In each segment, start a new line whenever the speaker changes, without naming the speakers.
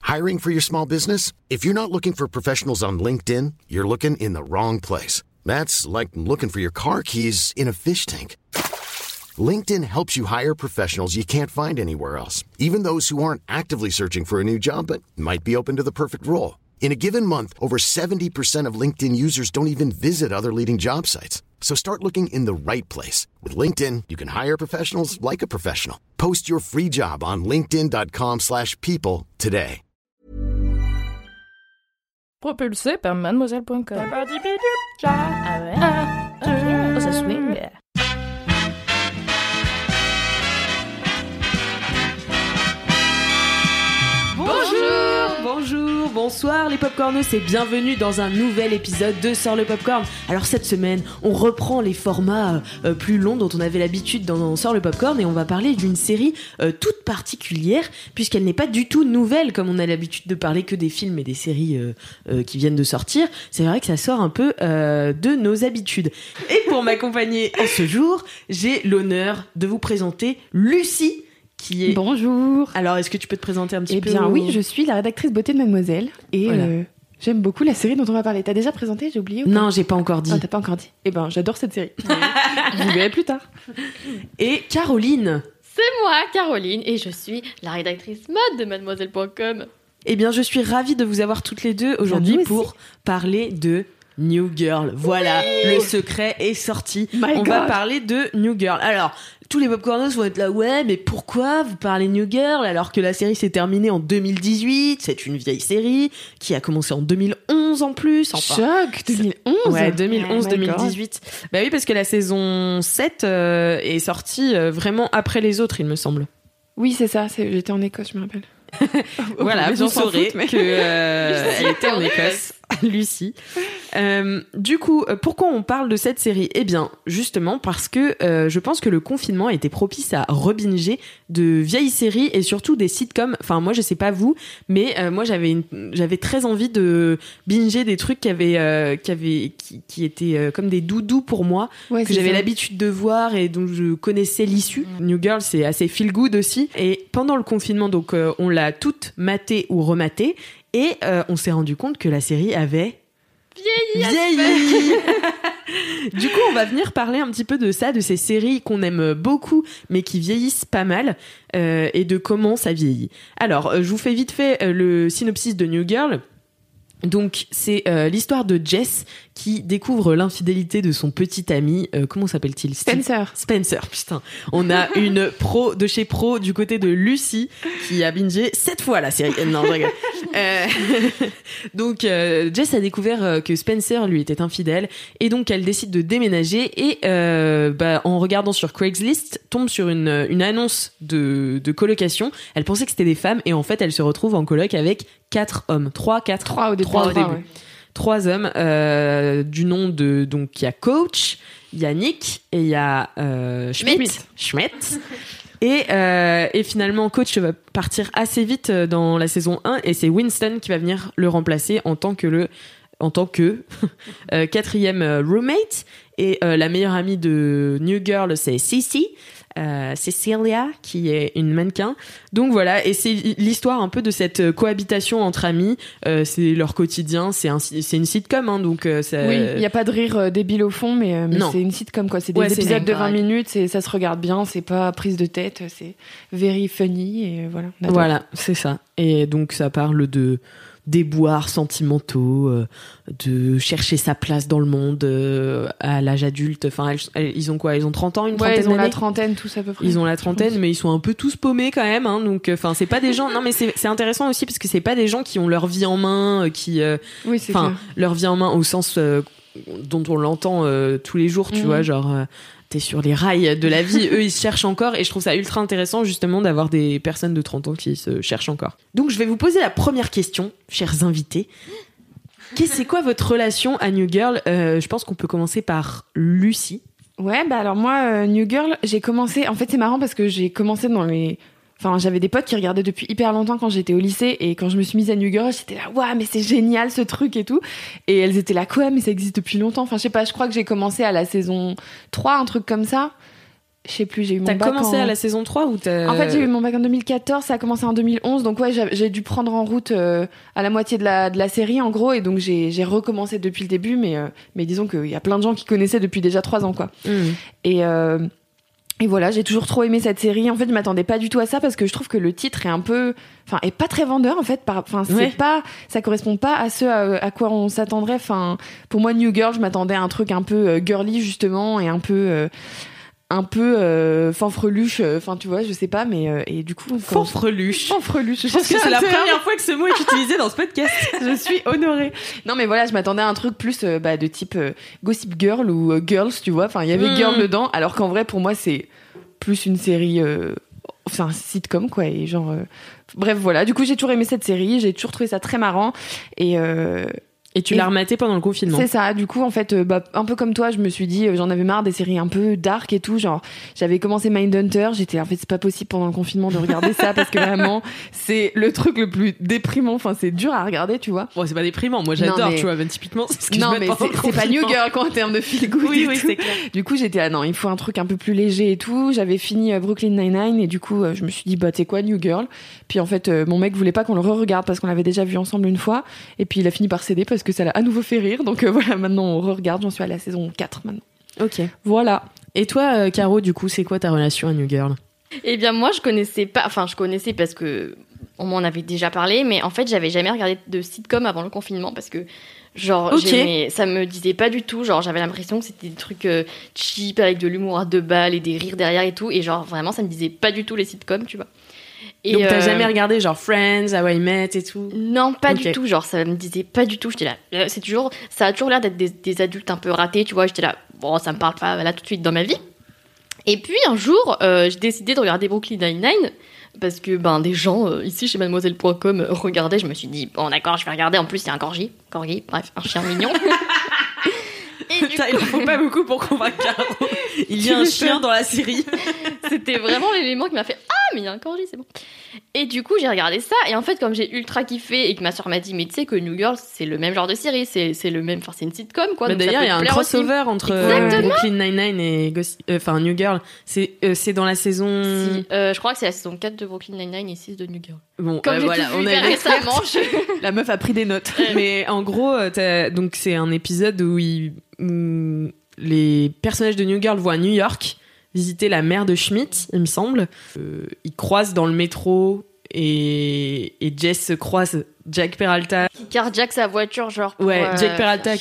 Hiring for your small business? If you're not looking for professionals on LinkedIn, you're looking in the wrong place. That's like looking for your car keys in a fish tank. LinkedIn helps you hire professionals you can't find anywhere else, even those who aren't actively searching for a new job but might be open to the perfect role. In a given month, over 70% of LinkedIn users don't even visit other leading job sites. So start looking in the right place. With LinkedIn, you can hire professionals like a professional. Post your free job on linkedin.com/people today.
Propulsé par mademoiselle.com. Ah ouais, ça swing.
Bonjour, bonsoir les popcornos et bienvenue dans un nouvel épisode de Sors le Popcorn. Alors cette semaine, on reprend les formats plus longs dont on avait l'habitude dans Sors le Popcorn et on va parler d'une série toute particulière puisqu'elle n'est pas du tout nouvelle comme on a l'habitude de parler que des films et des séries qui viennent de sortir. C'est vrai que ça sort un peu de nos habitudes. Et pour m'accompagner en ce jour, j'ai l'honneur de vous présenter Lucie. Qui est...
Bonjour.
Alors, est-ce que tu peux te présenter un petit peu?
Eh bien, oui, je suis la rédactrice beauté de Mademoiselle et voilà. J'aime beaucoup la série dont on va parler. T'as déjà présenté? J'ai oublié ou pas?
Non, j'ai pas encore dit.
Ah, t'as pas encore dit? Eh ben, j'adore cette série. Vous verrez plus tard.
Et Caroline.
C'est moi, Caroline, et je suis la rédactrice mode de mademoiselle.com.
Eh bien, je suis ravie de vous avoir toutes les deux aujourd'hui pour parler de New Girl. Voilà, oui, le secret est sorti. On va parler de New Girl. Alors, tous les popcorners vont être là, ouais, mais pourquoi vous parlez New Girl alors que la série s'est terminée en 2018? C'est une vieille série qui a commencé en 2011 en plus.
Enfin, choc, 2011.
Ouais, 2011-2018. Bah oui, parce que la saison 7 est sortie vraiment après les autres, il me semble.
Oui, c'est ça. J'étais en Écosse, je me rappelle.
Voilà, vous saurez qu'elle était en Écosse. Lucie. Du coup, pourquoi on parle de cette série? Eh bien, justement parce que je pense que le confinement a été propice à rebinger de vieilles séries et surtout des sitcoms. Enfin, moi, je sais pas vous, mais moi, j'avais très envie de binger des trucs qui étaient comme des doudous pour moi, que j'avais l'habitude de voir et dont je connaissais l'issue. New Girl, c'est assez feel good aussi. Et pendant le confinement, donc, on l'a toute matée ou rematée. Et on s'est rendu compte que la série avait vieilli. Du coup, on va venir parler un petit peu de ça, de ces séries qu'on aime beaucoup, mais qui vieillissent pas mal, et de comment ça vieillit. Alors, je vous fais vite fait le synopsis de New Girl. Donc, c'est l'histoire de Jess qui découvre l'infidélité de son petit ami. Comment s'appelle-t-il? Spencer, putain. On a une pro de chez pro du côté de Lucie qui a bingé 7 fois la série. Non, je rigole. Donc, Jess a découvert que Spencer lui était infidèle et donc elle décide de déménager et en regardant sur Craigslist, tombe sur une annonce de colocation. Elle pensait que c'était des femmes et en fait, elle se retrouve en coloc avec 4 hommes. 3 au début. 3 hommes du nom de... Donc, il y a Coach, il y a Nick et il y a Schmidt. Et finalement, Coach va partir assez vite dans la saison 1 et c'est Winston qui va venir le remplacer en tant que quatrième roommate. Et la meilleure amie de New Girl, c'est Cecilia, qui est une mannequin. Donc voilà, et c'est l'histoire un peu de cette cohabitation entre amis. C'est leur quotidien, c'est une sitcom, hein, donc
oui, il n'y a pas de rire débile au fond, mais c'est une sitcom, quoi. C'est des épisodes de 20 minutes, ça se regarde bien, c'est pas prise de tête, c'est very funny, et voilà.
Voilà, c'est ça. Et donc ça parle de déboires sentimentaux, de chercher sa place dans le monde à l'âge adulte. Enfin, ils ont quoi? Ils ont 30 ans, une trentaine d'années.
Ils ont la trentaine tous à peu près.
Ils ont la trentaine, mais ils sont un peu tous paumés quand même. Hein, donc, enfin, c'est pas des gens. Non, mais c'est intéressant aussi parce que c'est pas des gens qui ont leur vie en main, leur vie en main au sens dont on l'entend tous les jours, tu vois, genre. T'es sur les rails de la vie, eux ils se cherchent encore et je trouve ça ultra intéressant justement d'avoir des personnes de 30 ans qui se cherchent encore. Donc je vais vous poser la première question, chers invités. C'est quoi votre relation à New Girl? Je pense qu'on peut commencer par Lucie.
Ouais, bah alors moi, New Girl, j'ai commencé... En fait c'est marrant parce que j'ai commencé dans les... Enfin, j'avais des potes qui regardaient depuis hyper longtemps quand j'étais au lycée et quand je me suis mise à New Girl, j'étais là, waouh, mais c'est génial ce truc et tout. Et elles étaient là, quoi, mais ça existe depuis longtemps. Enfin, je sais pas, je crois que j'ai commencé à la saison 3, un truc comme ça. Je sais plus, j'ai eu mon bac.
T'as commencé à la saison 3 ou
En fait, j'ai eu mon bac en 2014, ça a commencé en 2011, donc ouais, j'ai dû prendre en route à la moitié de la série en gros, et donc j'ai recommencé depuis le début, mais disons qu'il y a plein de gens qui connaissaient depuis déjà 3 ans, quoi. Et voilà, j'ai toujours trop aimé cette série. En fait, je m'attendais pas du tout à ça parce que je trouve que le titre est un peu, est pas très vendeur en fait. Ça correspond pas à ce à quoi on s'attendrait. Enfin, pour moi, New Girl, je m'attendais à un truc un peu girly justement et un peu fanfreluche, tu vois, je sais pas, mais et du coup
fanfreluche,
je
pense que c'est la première fois que ce mot est utilisé dans ce podcast.
Je suis honorée. Non mais voilà, je m'attendais à un truc plus de type Gossip Girl ou Girls, tu vois, il y avait Girl dedans, alors qu'en vrai pour moi c'est plus une série un sitcom quoi, et genre bref voilà, du coup j'ai toujours aimé cette série, j'ai toujours trouvé ça très marrant
et tu l'as rematé pendant le confinement.
C'est ça, du coup en fait un peu comme toi, je me suis dit j'en avais marre des séries un peu dark et tout, genre j'avais commencé Mindhunter, j'étais en fait c'est pas possible pendant le confinement de regarder ça parce que vraiment c'est le truc le plus déprimant, c'est dur à regarder, tu vois.
Bon, c'est pas déprimant, moi j'adore, tu vois, typiquement c'est ce que
non,
je mets
mais c'est pas New Girl quoi en termes de feel good.
Oui, c'est clair.
Du coup j'étais non, il faut un truc un peu plus léger et tout, j'avais fini Brooklyn Nine-Nine et du coup je me suis dit tu sais quoi, New Girl. Puis en fait mon mec voulait pas qu'on le re-regarde parce qu'on l'avait déjà vu ensemble une fois, et puis il a fini par céder parce que ça l'a à nouveau fait rire, donc voilà, maintenant on re-regarde, j'en suis à la saison 4 maintenant.
Ok.
Voilà.
Et toi, Caro, du coup, c'est quoi ta relation à New Girl ?
Eh bien, moi, je connaissais parce que on m'en avait déjà parlé, mais en fait, j'avais jamais regardé de sitcom avant le confinement parce que, genre, ça me disait pas du tout. Genre, j'avais l'impression que c'était des trucs cheap avec de l'humour à 2 balles et des rires derrière et tout, et genre, vraiment, ça me disait pas du tout les sitcoms, tu vois.
Et donc t'as jamais regardé genre Friends, How I Met et tout ?
Non, pas du tout, genre ça me disait pas du tout. J'étais là, ça a toujours l'air d'être des adultes un peu ratés, tu vois. J'étais là, bon, ça me parle pas là tout de suite dans ma vie. Et puis un jour, j'ai décidé de regarder Brooklyn Nine-Nine parce que des gens ici chez mademoiselle.com regardaient. Je me suis dit, bon d'accord, je vais regarder. En plus, il y a un corgi, bref, un chien mignon.
Il ne faut pas beaucoup pour convaincre Caro. Il y a un chien dans la série.
C'était vraiment l'élément qui m'a fait mais il y a un corgi, c'est bon. Et du coup, j'ai regardé ça, et en fait, comme j'ai ultra kiffé et que ma soeur m'a dit, mais tu sais que New Girl, c'est le même genre de série, c'est le même, c'est une sitcom, quoi.
Mais d'ailleurs, il y a un crossover
aussi
entre Brooklyn Nine-Nine et New Girl. C'est dans la saison.
Je crois que c'est la saison 4 de Brooklyn Nine-Nine et 6 de New Girl.
Bon,
comme
voilà,
on a récemment.
La meuf a pris des notes.
Mais en gros, donc c'est un épisode où les personnages de New Girl vont à New York visiter la mère de Schmidt, il me semble. Ils croisent dans le métro et Jess croise Jack Peralta.
Qui carjack sa voiture, genre.
Ouais, Jack Peralta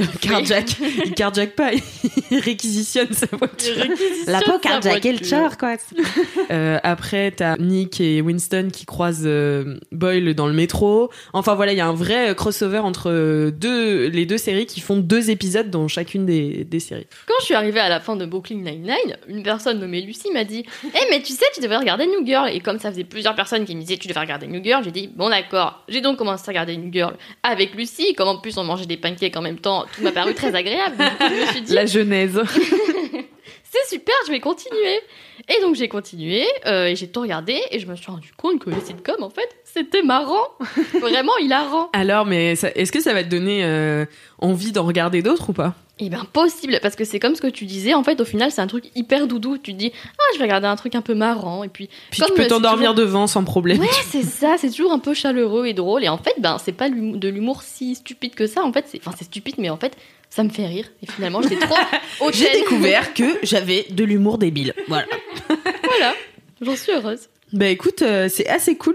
il
carjack pas, il réquisitionne sa voiture.
La peau carjacké le char, quoi.
Après, t'as Nick et Winston qui croisent Boyle dans le métro. Enfin voilà, il y a un vrai crossover entre les deux séries qui font 2 épisodes dans chacune des séries.
Quand je suis arrivée à la fin de Brooklyn Nine-Nine, une personne nommée Lucie m'a dit mais tu sais, tu devrais regarder New Girl. Et comme ça faisait plusieurs personnes qui me disaient tu devrais regarder New Girl, j'ai dit bon d'accord. J'ai donc commencé à regarder New Girl avec Lucie, comme en plus on mangeait des pancakes en même temps, tout m'a paru très agréable. Donc, je me suis dit,
la genèse.
C'est super, je vais continuer. Et donc j'ai continué, et j'ai tout regardé, et je me suis rendu compte que les sitcoms, en fait, c'était marrant. Vraiment hilarant.
Alors, mais est-ce que ça va te donner envie d'en regarder d'autres ou pas ?
Eh ben possible, parce que c'est comme ce que tu disais, en fait au final c'est un truc hyper doudou, tu te dis je vais regarder un truc un peu marrant, et puis
tu peux t'endormir devant sans problème.
Ouais, c'est ça, c'est toujours un peu chaleureux et drôle, et en fait c'est pas de l'humour si stupide que ça, en fait c'est stupide, mais en fait ça me fait rire, et finalement j'étais trop hautaine.
J'ai découvert que j'avais de l'humour débile, voilà.
Voilà, j'en suis heureuse.
Bah écoute, c'est assez cool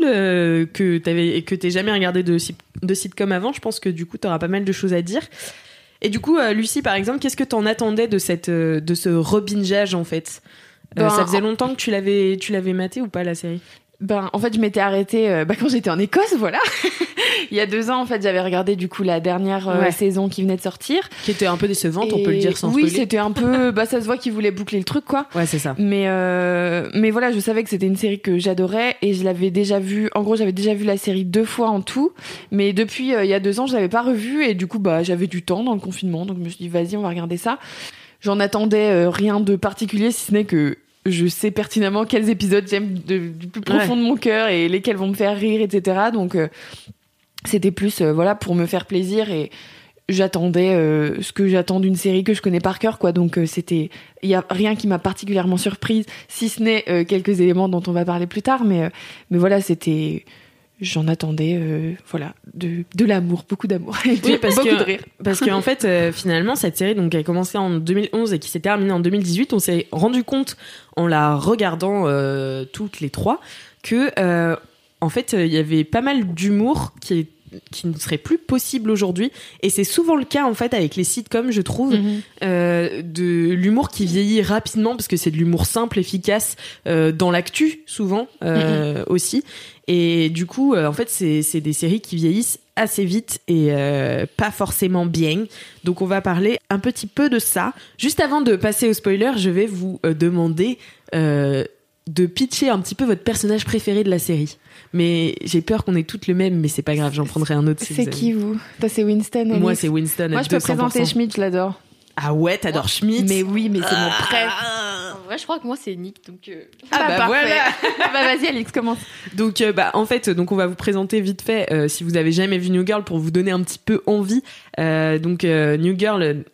que t'aies jamais regardé de sitcom avant. Je pense que du coup t'auras pas mal de choses à dire. Et du coup, Lucie, par exemple, qu'est-ce que t'en attendais de ce rebingeage, en fait ? Ça faisait longtemps que tu l'avais maté ou pas, la série ?
En fait, je m'étais arrêtée quand j'étais en Écosse, voilà. Il y a 2 ans, en fait, j'avais regardé du coup la dernière saison qui venait de sortir.
Qui était un peu décevante, on peut le dire sans spoiler.
Oui, c'était un peu... ça se voit qu'ils voulaient boucler le truc, quoi.
Ouais, c'est ça.
Mais voilà, je savais que c'était une série que j'adorais et je l'avais déjà vue... En gros, j'avais déjà vu la série 2 fois en tout. Mais depuis, il y a 2 ans, je l'avais pas revue et du coup, j'avais du temps dans le confinement. Donc, je me suis dit, vas-y, on va regarder ça. J'en attendais rien de particulier, si ce n'est que je sais pertinemment quels épisodes j'aime du plus profond de mon cœur et lesquels vont me faire rire, etc. Donc... c'était plus pour me faire plaisir et j'attendais ce que j'attends d'une série que je connais par cœur, quoi. Donc il y a rien qui m'a particulièrement surprise, si ce n'est quelques éléments dont on va parler plus tard, mais voilà, j'en attendais voilà, de l'amour, beaucoup d'amour.
Oui, beaucoup
de rire.
Parce qu'en fait, finalement, cette série, donc, elle a commencé en 2011 et qui s'est terminée en 2018, on s'est rendu compte, en la regardant toutes les trois, que en fait, il y avait pas mal d'humour qui ne serait plus possible aujourd'hui, et c'est souvent le cas en fait avec les sitcoms, je trouve, de l'humour qui vieillit rapidement parce que c'est de l'humour simple, efficace, dans l'actu souvent aussi, et du coup en fait c'est des séries qui vieillissent assez vite et pas forcément bien, donc on va parler un petit peu de ça. Juste avant de passer au spoiler, je vais vous demander de pitcher un petit peu votre personnage préféré de la série. Mais j'ai peur qu'on ait toutes le même, mais c'est pas grave, j'en prendrai un autre.
C'est qui, vous ? Toi, c'est Winston, Alice ?
Moi, c'est Winston.
Moi, je peux présenter Schmidt, je l'adore.
Ah ouais, t'adores Schmidt ?
Mais oui, mais c'est mon préf.
En vrai, je crois que moi, c'est Nick, donc...
bah voilà.
Vas-y, Alix, commence.
Donc, en fait, on va vous présenter vite fait, si vous avez jamais vu New Girl, pour vous donner un petit peu envie. New Girl,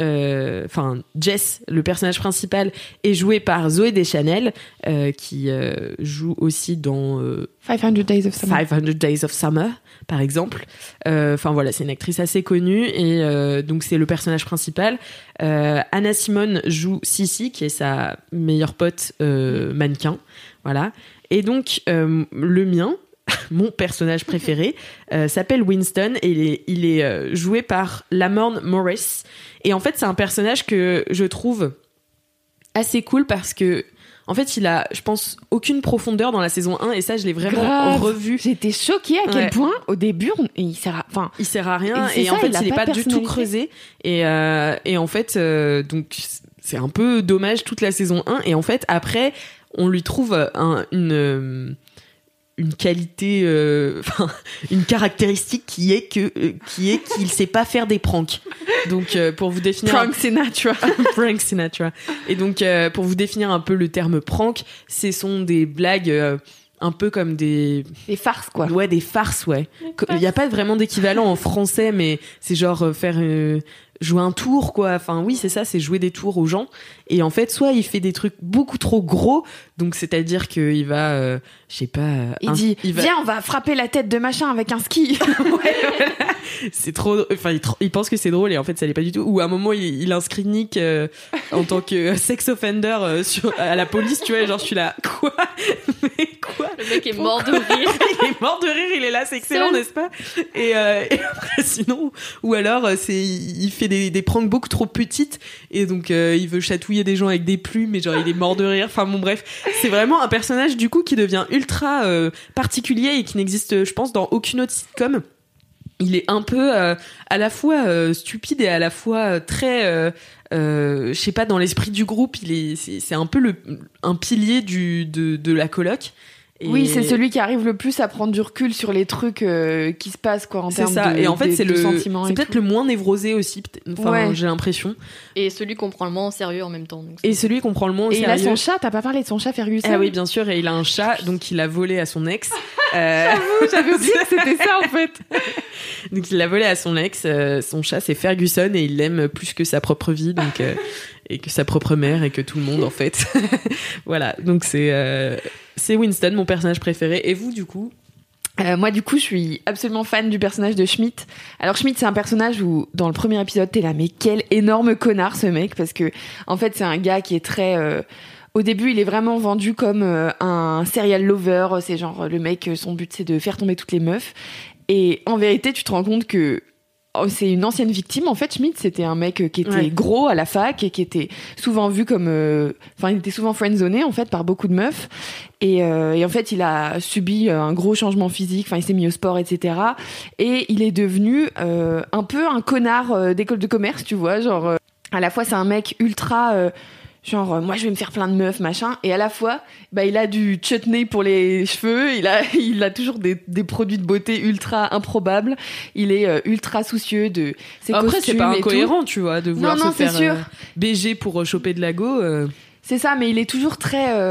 Jess, le personnage principal, est joué par Zooey Deschanel, qui joue aussi dans
500 Days of Summer.
500 Days of Summer, par exemple. Voilà, c'est une actrice assez connue, et donc c'est le personnage principal. Anna Simone joue Sissy, qui est sa meilleure pote mannequin. Voilà. Et donc, le mien, mon personnage préféré, s'appelle Winston, et il est joué par Lamorne Morris. Et en fait, c'est un personnage que je trouve assez cool parce que en fait, il a, je pense, aucune profondeur dans la saison 1, et ça, je l'ai vraiment revu.
J'étais choquée à quel point, au début, il sert à
rien, et en fait, il est pas du tout creusé. Et en fait, donc, c'est un peu dommage toute la saison 1, et en fait, après, on lui trouve une qualité, une caractéristique qui est qu'il sait pas faire des pranks. Donc pour vous définir
Frank
Sinatra. Et donc pour vous définir un peu le terme prank, ce sont des blagues un peu comme des
farces, quoi.
Ouais, des farces, ouais. Il y a pas vraiment d'équivalent en français, mais c'est genre faire jouer un tour, quoi. Enfin oui, c'est ça, c'est jouer des tours aux gens. Et en fait, soit il fait des trucs beaucoup trop gros, donc c'est-à-dire qu'il va je sais pas,
il dit viens, on va frapper la tête de machin avec un ski.
Ouais, voilà. C'est trop, enfin il pense que c'est drôle, et en fait ça l'est pas du tout. Ou à un moment il inscrit Nick en tant que sex offender à la police, tu vois, genre je suis là quoi. Mais quoi,
le mec est mort de rire.
Il est mort de rire, il est là, c'est excellent, n'est-ce pas? Et après sinon, ou alors il fait des pranks beaucoup trop petites, et donc il veut chatouiller des gens avec des plumes, mais genre il est mort de rire. Enfin bon, bref, c'est vraiment un personnage du coup qui devient ultra particulier et qui n'existe, je pense, dans aucune autre sitcom. Il est un peu à la fois stupide et à la fois très je sais pas, dans l'esprit du groupe. C'est un peu un pilier de la coloc. Et
oui, c'est celui qui arrive le plus à prendre du recul sur les trucs qui se passent, quoi, en termes de,
et en fait, c'est
sentiments.
C'est peut-être le moins névrosé aussi, ouais. J'ai l'impression.
Et celui qu'on prend le moins au sérieux en même temps. Donc
et celui qu'on prend le moins au sérieux.
Et il a son chat, t'as pas parlé de son chat Ferguson?
Ah oui, bien sûr, et il a un chat, donc il a volé à son ex.
J'avais oublié que c'était ça, en fait.
Donc il l'a volé à son ex, son chat c'est Ferguson, et il l'aime plus que sa propre vie, donc et que sa propre mère, et que tout le monde, en fait. Voilà, donc c'est Winston, mon personnage préféré. Et vous, du coup?
Moi, du coup, je suis absolument fan du personnage de Schmidt. Alors, Schmidt, c'est un personnage où, dans le premier épisode, t'es là, mais quel énorme connard, ce mec, parce que, en fait, c'est un gars qui est très... Au début, il est vraiment vendu comme un serial lover. C'est genre, le mec, son but, c'est de faire tomber toutes les meufs. Et en vérité, tu te rends compte que c'est une ancienne victime. En fait, Schmidt, c'était un mec qui était gros à la fac et qui était souvent vu comme... il était souvent friendzoné, en fait, par beaucoup de meufs. Et en fait, il a subi un gros changement physique. Enfin, il s'est mis au sport, etc. Et il est devenu un peu un connard d'école de commerce, tu vois. Genre, à la fois, c'est un mec ultra... moi je vais me faire plein de meufs, machin, et à la fois il a du chutney pour les cheveux, il a toujours des produits de beauté ultra improbables, il est ultra soucieux de ses costumes.
Après c'est pas incohérent, tu vois, de vouloir se faire
sûr.
BG pour choper de la go.
C'est ça, mais il est toujours très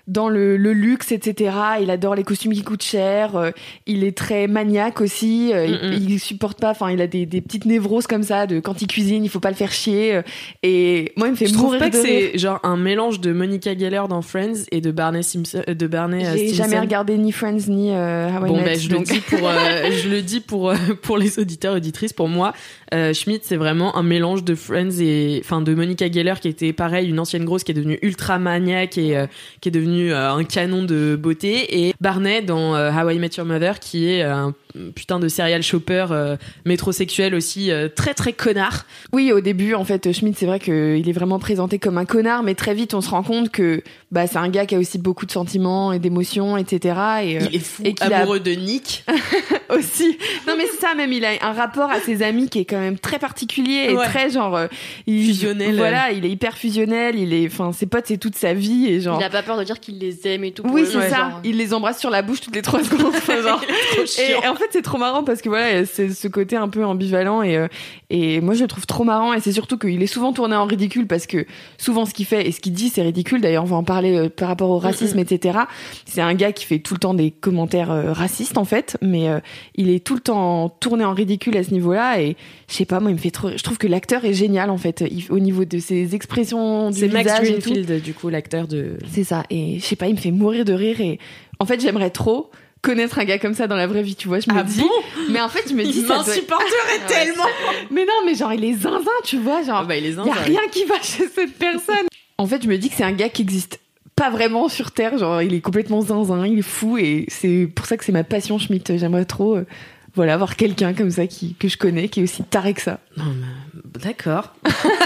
dans le luxe, etc. Il adore les costumes qui coûtent cher. Il est très maniaque aussi. Il supporte pas. Enfin, il a des petites névroses comme ça. De quand il cuisine, il faut pas le faire chier. Et moi, il me fait mourir de rire. Je trouve pas que
c'est genre un mélange de Monica Geller dans Friends et de Barney Simpson.
J'ai jamais regardé ni Friends ni How I Met.
Je le dis pour les auditeurs auditrices. Pour moi, Schmidt, c'est vraiment un mélange de Friends et de Monica Geller qui était pareil, une ancienne grosse qui est devenue ultra maniaque et qui est devenue un canon de beauté, et Barney dans How I Met Your Mother qui est un putain de serial shopper métrosexuel aussi, très très connard.
Oui, au début en fait Schmidt, c'est vrai qu'il est vraiment présenté comme un connard, mais très vite on se rend compte que c'est un gars qui a aussi beaucoup de sentiments et d'émotions, etc. Et
il est fou, et amoureux de Nick
aussi. Non mais c'est ça, même il a un rapport à ses amis qui est quand même très particulier et très genre
fusionnel.
Voilà, il est hyper fusionnel, ses potes c'est toute sa vie et genre
il a pas peur de dire qu'il les aime et tout.
Oui, c'est ça. Genre. Il les embrasse sur la bouche toutes les 3 secondes. Genre. Et en fait c'est trop marrant parce que voilà, c'est ce côté un peu ambivalent et moi je le trouve trop marrant, et c'est surtout qu'il est souvent tourné en ridicule parce que souvent ce qu'il fait et ce qu'il dit c'est ridicule. D'ailleurs on va en parler par rapport au racisme, etc. C'est un gars qui fait tout le temps des commentaires racistes en fait, mais il est tout le temps tourné en ridicule à ce niveau-là, et je sais pas, moi il me fait trop. Je trouve que l'acteur est génial en fait, au niveau de ses expressions du visage.
C'est Max Greenfield du coup, l'acteur de.
C'est ça, et je sais pas, il me fait mourir de rire, et en fait j'aimerais trop connaître un gars comme ça dans la vraie vie, tu vois. Je me dis,
bon,
mais en fait je me dis
il m'insupporterait tellement.
Mais non, mais genre il est zinzin, tu vois, genre
il
y a rien qui va chez cette personne. En fait je me dis que c'est un gars qui existe pas vraiment sur Terre, genre il est complètement zinzin, il est fou, et c'est pour ça que c'est ma passion Schmidt. J'aimerais trop avoir quelqu'un comme ça que je connais, qui est aussi taré que ça.
Non mais d'accord.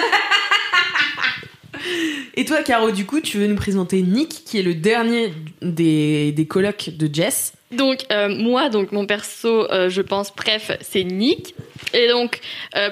Et toi Caro, du coup tu veux nous présenter Nick, qui est le dernier des colocs de Jess.
Donc moi, mon perso, je pense, c'est Nick. Et donc pourquoi ?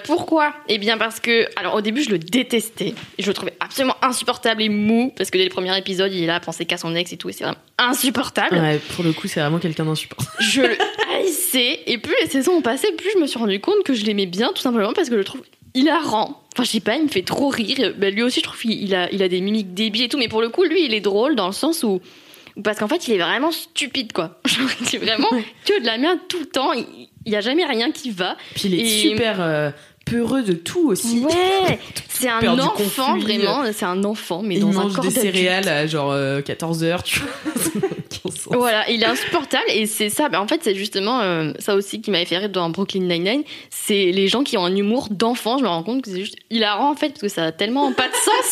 Eh bien parce que, alors au début je le détestais, je le trouvais absolument insupportable et mou, parce que dès le premier épisode il est là à penser qu'à son ex et tout, et c'est vraiment insupportable.
Ouais, pour le coup c'est vraiment quelqu'un d'insupportable.
Je le haïssais, et plus les saisons ont passé, plus je me suis rendu compte que je l'aimais bien, tout simplement parce que je le trouve hilarant. Enfin, je sais pas, il me fait trop rire. Lui aussi, je trouve qu'il a des mimiques débiles et tout, mais pour le coup, lui, il est drôle dans le sens où parce qu'en fait, il est vraiment stupide, quoi. Genre, c'est vraiment que de la merde tout le temps. Il y a jamais rien qui va.
Puis il est super peureux de tout aussi.
Ouais, c'est un enfant, vraiment. C'est un enfant, mais dans un corps d'adulte. Il mange des céréales
à genre 14h, tu vois.
Voilà, il est insupportable, et c'est ça. En fait, c'est justement ça aussi qui m'avait fait rire dans Brooklyn Nine-Nine. C'est les gens qui ont un humour d'enfant. Je me rends compte que c'est juste hilarant, en fait, parce que ça a tellement pas de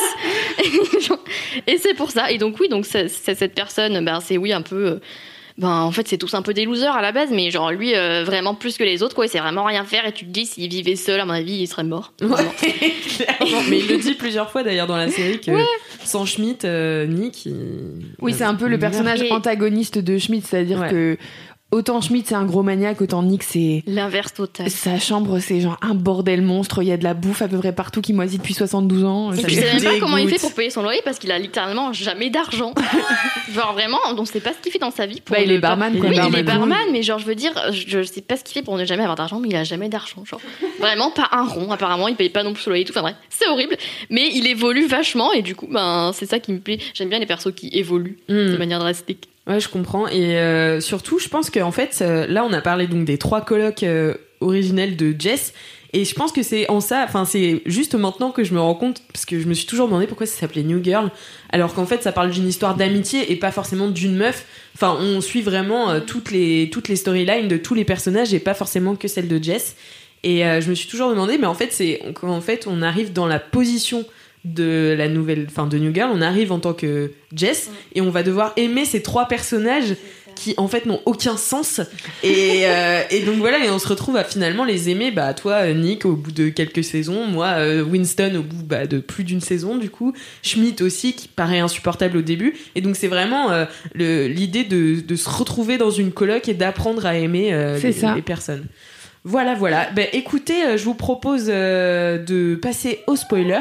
sens. Et c'est pour ça. Et donc, oui, c'est cette personne, c'est un peu. En fait, c'est tous un peu des losers à la base, mais genre lui, vraiment plus que les autres, quoi. Il sait vraiment rien faire, et tu te dis, s'il vivait seul, à mon avis, il serait mort.
Ouais, mais il le dit plusieurs fois d'ailleurs dans la série que sans Schmidt, Nick.
Oui, c'est un peu le personnage antagoniste de Schmidt, c'est-à-dire que. Autant Schmidt c'est un gros maniaque, autant Nick c'est
l'inverse total.
Sa chambre c'est genre un bordel monstre, il y a de la bouffe à peu près partout qui moisit depuis 72 ans.
Et puis je sais même pas comment il fait pour payer son loyer, parce qu'il a littéralement jamais d'argent. Genre vraiment, on sait pas ce qu'il fait dans sa vie pour
il est barman.
Oui, il est barman, mais genre je veux dire, je sais pas ce qu'il fait pour ne jamais avoir d'argent, mais il a jamais d'argent, genre vraiment pas un rond. Apparemment, il paye pas non plus son loyer et tout. Enfin bref, c'est horrible, mais il évolue vachement, et du coup c'est ça qui me plaît. J'aime bien les persos qui évoluent de manière drastique.
Ouais, je comprends. Et surtout, je pense qu'en fait, là, on a parlé donc des 3 colocs originels de Jess. Et je pense que c'est en ça, c'est juste maintenant que je me rends compte, parce que je me suis toujours demandé pourquoi ça s'appelait New Girl, alors qu'en fait, ça parle d'une histoire d'amitié et pas forcément d'une meuf. Enfin, on suit vraiment toutes les storylines de tous les personnages et pas forcément que celle de Jess. Et je me suis toujours demandé, mais en fait, on arrive dans la position de la nouvelle, de New Girl, on arrive en tant que Jess et on va devoir aimer ces 3 personnages qui en fait n'ont aucun sens, et donc voilà, et on se retrouve à finalement les aimer, toi Nick au bout de quelques saisons, moi Winston au bout de plus d'une saison, du coup Schmidt aussi qui paraît insupportable au début, et donc c'est vraiment l'idée de se retrouver dans une coloc et d'apprendre à aimer les personnes. Voilà. Écoutez, je vous propose de passer au spoiler.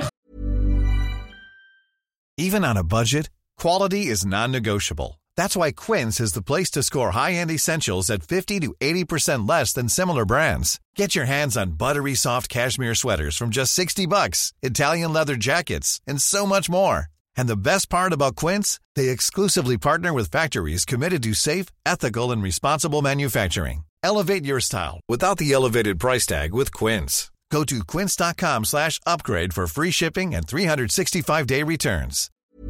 Even on a budget, quality is non-negotiable. That's why Quince is the place to score high-end essentials at 50 to 80% less than similar brands. Get your hands on buttery soft cashmere sweaters from just $60, Italian leather jackets, and so much more. And the best part about Quince, they exclusively partner with factories committed to safe, ethical, and responsible manufacturing. Elevate your style without the elevated price tag with Quince. Go to quince.com/upgrade for free shipping and 365-day returns.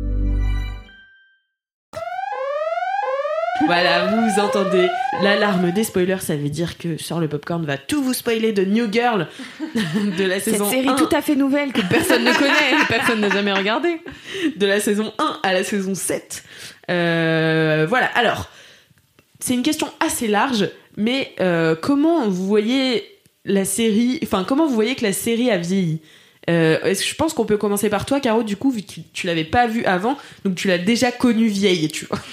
Voilà, vous entendez l'alarme des spoilers, ça veut dire que sur le popcorn va tout vous spoiler de New Girl de la saison 1.
Cette série tout à fait nouvelle que personne ne connaît, personne n'a jamais regardé.
De la saison 1 à la saison 7. Voilà, alors, c'est une question assez large, mais comment vous voyez la série, enfin, comment vous voyez que la série a vieilli ? Est-ce que je pense qu'on peut commencer par toi, Caro, du coup, vu que tu l'avais pas vue avant, donc tu l'as déjà connue vieille, tu vois.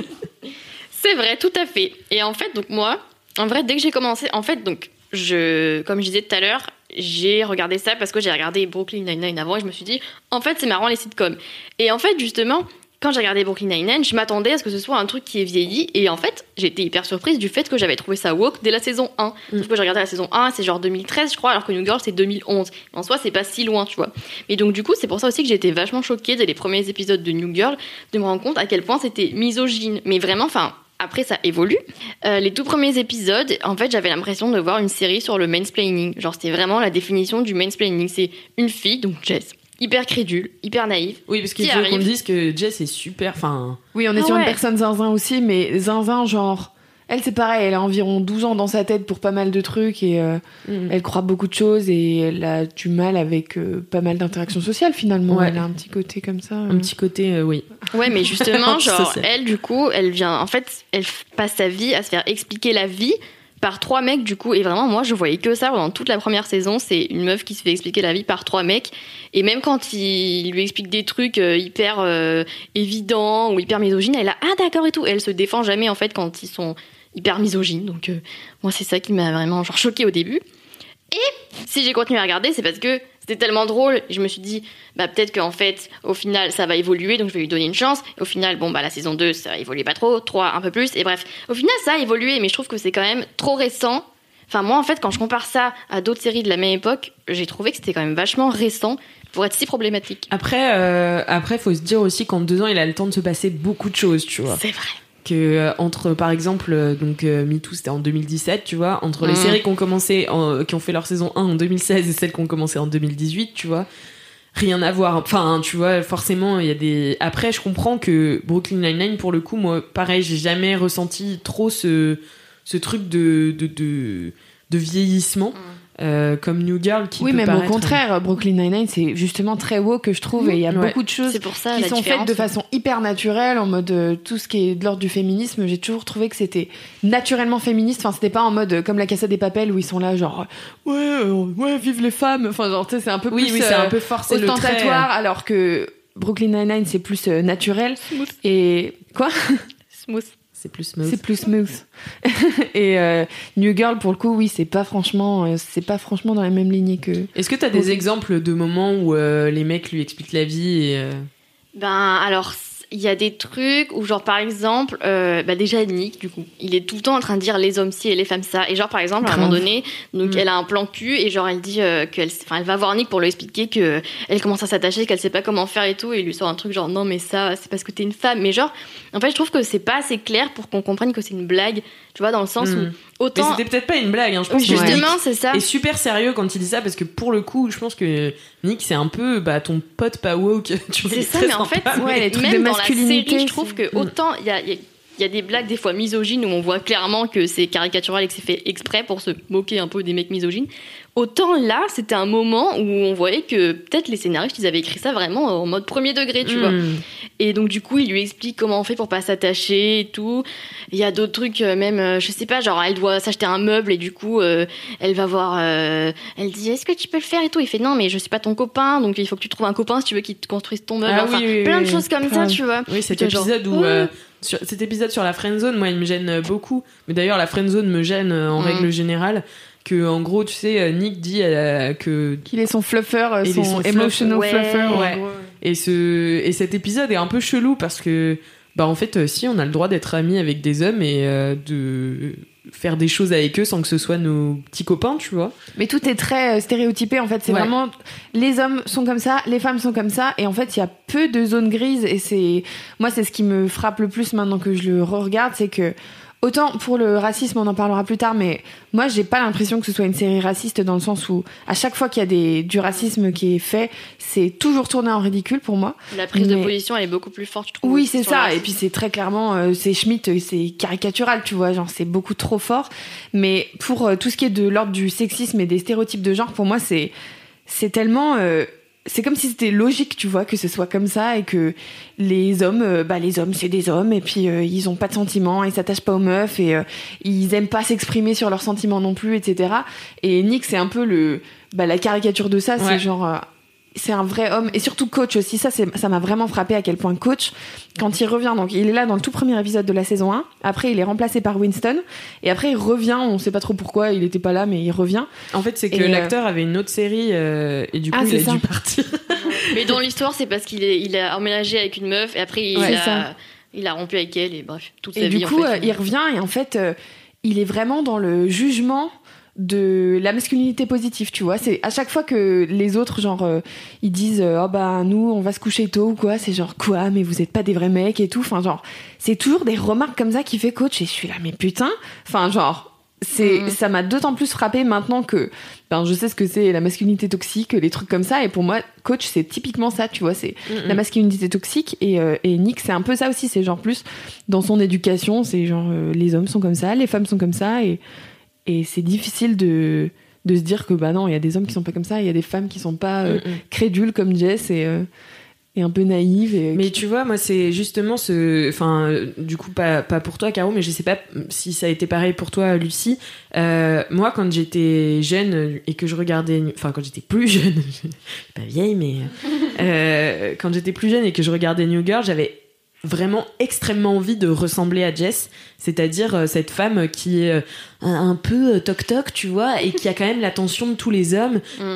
C'est vrai, tout à fait. Et en fait, donc moi, en vrai, dès que j'ai commencé, en fait, donc, comme je disais tout à l'heure, j'ai regardé ça parce que j'ai regardé Brooklyn Nine-Nine avant et je me suis dit, en fait, c'est marrant les sitcoms. Et en fait, justement, quand j'ai regardé Brooklyn Nine-Nine, je m'attendais à ce que ce soit un truc qui est vieilli. Et en fait, j'étais hyper surprise du fait que j'avais trouvé ça woke dès la saison 1. Parce que j'ai regardé la saison 1, c'est genre 2013, je crois, alors que New Girl, c'est 2011. En soi, c'est pas si loin, tu vois. Et donc, du coup, c'est pour ça aussi que j'ai été vachement choquée dès les premiers épisodes de New Girl de me rendre compte à quel point c'était misogyne. Mais vraiment, enfin... Après, ça évolue. Les tout premiers épisodes, en fait, j'avais l'impression de voir une série sur le mansplaining. Genre, c'était vraiment la définition du mansplaining. C'est une fille, donc Jess, hyper crédule, hyper naïve.
Oui, parce qu'il faut qu'on dise que Jess est super... Enfin...
Oui, on est sur une personne zinzin aussi, mais zinzin, genre... Elle, c'est pareil, elle a environ 12 ans dans sa tête pour pas mal de trucs et elle croit beaucoup de choses et elle a du mal avec pas mal d'interactions sociales, finalement. Ouais. Elle a un petit côté comme ça.
Un petit côté, oui.
Ouais, mais justement, genre, elle, du coup, elle vient... En fait, elle passe sa vie à se faire expliquer la vie par 3 mecs, du coup. Et vraiment, moi, je voyais que ça pendant toute la première saison. C'est une meuf qui se fait expliquer la vie par 3 mecs. Et même quand il lui explique des trucs hyper évidents ou hyper misogynes, elle a « Ah, d'accord » et tout. Et elle se défend jamais, en fait, quand ils sont... hyper misogyne, donc moi c'est ça qui m'a vraiment genre choquée au début. Et si j'ai continué à regarder, c'est parce que c'était tellement drôle, et je me suis dit bah peut-être qu'en fait au final ça va évoluer, donc je vais lui donner une chance. Et au final bon bah la saison 2 ça évoluait pas trop, 3 un peu plus, et bref au final ça a évolué, mais je trouve que c'est quand même trop récent. Enfin moi en fait quand je compare ça à d'autres séries de la même époque, j'ai trouvé que c'était quand même vachement récent pour être si problématique.
Après faut se dire aussi qu'en 2 ans il a le temps de se passer beaucoup de choses, tu vois.
C'est vrai.
Que entre par exemple donc MeToo c'était en 2017, tu vois, entre les séries qui ont commencé qui ont fait leur saison 1 en 2016 et celles qui ont commencé en 2018, tu vois, rien à voir. Enfin, tu vois, forcément il y a des... Après je comprends que Brooklyn Nine-Nine, pour le coup, moi pareil, j'ai jamais ressenti trop ce truc de vieillissement. Comme New Girl qui
oui,
peut
même
paraître...
au contraire, Brooklyn Nine-Nine c'est justement très woke que je trouve, et il y a beaucoup de choses qui sont faites de façon hyper naturelle, en mode tout ce qui est de l'ordre du féminisme. J'ai toujours trouvé que c'était naturellement féministe. Enfin, c'était pas en mode comme la Casa des Papel où ils sont là genre ouais vive les femmes. Enfin genre tu sais, c'est un peu plus
c'est un peu forcé
ostentatoire, alors que Brooklyn Nine-Nine c'est plus naturel. Smooth. Et quoi
smooth.
C'est plus smooth.
C'est plus smooth. Et New Girl, pour le coup, oui, c'est pas franchement dans la même lignée que...
Est-ce que t'as des exemples de moments où les mecs lui expliquent la vie et
Ben, alors, il y a des trucs où, genre, par exemple, déjà, Nick, du coup, il est tout le temps en train de dire les hommes ci et les femmes ça. Et genre, par exemple, à un moment donné, donc, elle a un plan cul et genre, elle dit elle va voir Nick pour lui expliquer qu'elle commence à s'attacher, qu'elle sait pas comment faire et tout. Et il lui sort un truc genre, non, mais ça, c'est parce que t'es une femme. Mais genre, en fait, je trouve que c'est pas assez clair pour qu'on comprenne que c'est une blague, tu vois, dans le sens où autant...
Mais c'était peut-être pas une blague, hein. Je pense
justement, c'est ça.
Et super sérieux quand il dit ça, parce que pour le coup, je pense que Nick, c'est un peu ton pote pas woke. Tu vois,
c'est ça, mais en fait,
les trucs
même
de
dans la série, je trouve
c'est...
que autant il y a des blagues des fois misogynes où on voit clairement que c'est caricatural et que c'est fait exprès pour se moquer un peu des mecs misogynes. Autant là, c'était un moment où on voyait que peut-être les scénaristes, ils avaient écrit ça vraiment en mode premier degré, tu vois. Et donc du coup, il lui explique comment on fait pour pas s'attacher et tout. Il y a d'autres trucs, même, je sais pas, genre elle doit s'acheter un meuble et du coup, elle va voir, elle dit est-ce que tu peux le faire et tout. Il fait non, mais je suis pas ton copain, donc il faut que tu trouves un copain si tu veux qu'il te construise ton meuble. Plein de choses comme ça, tu vois.
Oui, cet épisode où... cet épisode sur la friendzone, moi, il me gêne beaucoup. Mais d'ailleurs, la friendzone me gêne en règle générale. Que, en gros, tu sais, Nick dit qu'il
est son fluffer, son emotional fluffer.
Ouais. Et cet épisode est un peu chelou parce que, en fait, si, on a le droit d'être amis avec des hommes et faire des choses avec eux sans que ce soit nos petits copains, tu vois.
Mais tout est très stéréotypé, en fait. C'est vraiment, les hommes sont comme ça, les femmes sont comme ça, et en fait, il y a peu de zones grises, et moi, c'est ce qui me frappe le plus maintenant que je le re-regarde, c'est que, autant pour le racisme, on en parlera plus tard, mais moi, j'ai pas l'impression que ce soit une série raciste dans le sens où, à chaque fois qu'il y a du racisme qui est fait, c'est toujours tourné en ridicule pour moi.
La prise de position, elle est beaucoup plus forte, je trouve.
Oui, c'est ça. Et puis, c'est très clairement, c'est Schmidt, c'est caricatural, tu vois, genre, c'est beaucoup trop fort. Mais pour tout ce qui est de l'ordre du sexisme et des stéréotypes de genre, pour moi, c'est tellement, c'est comme si c'était logique, tu vois, que ce soit comme ça et que les hommes, c'est des hommes et puis ils ont pas de sentiments, ils s'attachent pas aux meufs et ils aiment pas s'exprimer sur leurs sentiments non plus, etc. Et Nick, c'est un peu la caricature de ça, c'est genre... c'est un vrai homme et surtout Coach aussi, ça m'a vraiment frappé à quel point Coach, quand il revient, donc il est là dans le tout premier épisode de la saison 1, après il est remplacé par Winston et après il revient, on sait pas trop pourquoi, il était pas là mais il revient.
En fait c'est que l'acteur avait une autre série et du coup il a dû partir.
Mais dans l'histoire c'est parce qu'il a emménagé avec une meuf et après il a rompu avec elle et bref toute sa vie.
Et du coup
en fait,
il revient et en fait il est vraiment dans le jugement de la masculinité positive, tu vois. C'est à chaque fois que les autres genre ils disent nous on va se coucher tôt ou quoi, c'est genre quoi, mais vous êtes pas des vrais mecs et tout, enfin genre c'est toujours des remarques comme ça qu'il fait Coach et je suis là mais putain, enfin genre ça m'a d'autant plus frappé maintenant que je sais ce que c'est la masculinité toxique, les trucs comme ça, et pour moi Coach c'est typiquement ça, tu vois, c'est la masculinité toxique et Nick c'est un peu ça aussi, c'est genre plus dans son éducation, c'est genre les hommes sont comme ça, les femmes sont comme ça et c'est difficile de se dire que non, il y a des hommes qui sont pas comme ça, il y a des femmes qui sont pas crédules comme Jess et un peu naïves.
Mais tu vois, moi c'est justement du coup pas pour toi Caro, mais je sais pas si ça a été pareil pour toi Lucie. Moi quand j'étais jeune et que je regardais, quand j'étais plus jeune, je suis pas vieille, mais quand j'étais plus jeune et que je regardais New Girl, j'avais vraiment extrêmement envie de ressembler à Jess, c'est-à-dire cette femme qui est un peu toc-toc, tu vois, et qui a quand même l'attention de tous les hommes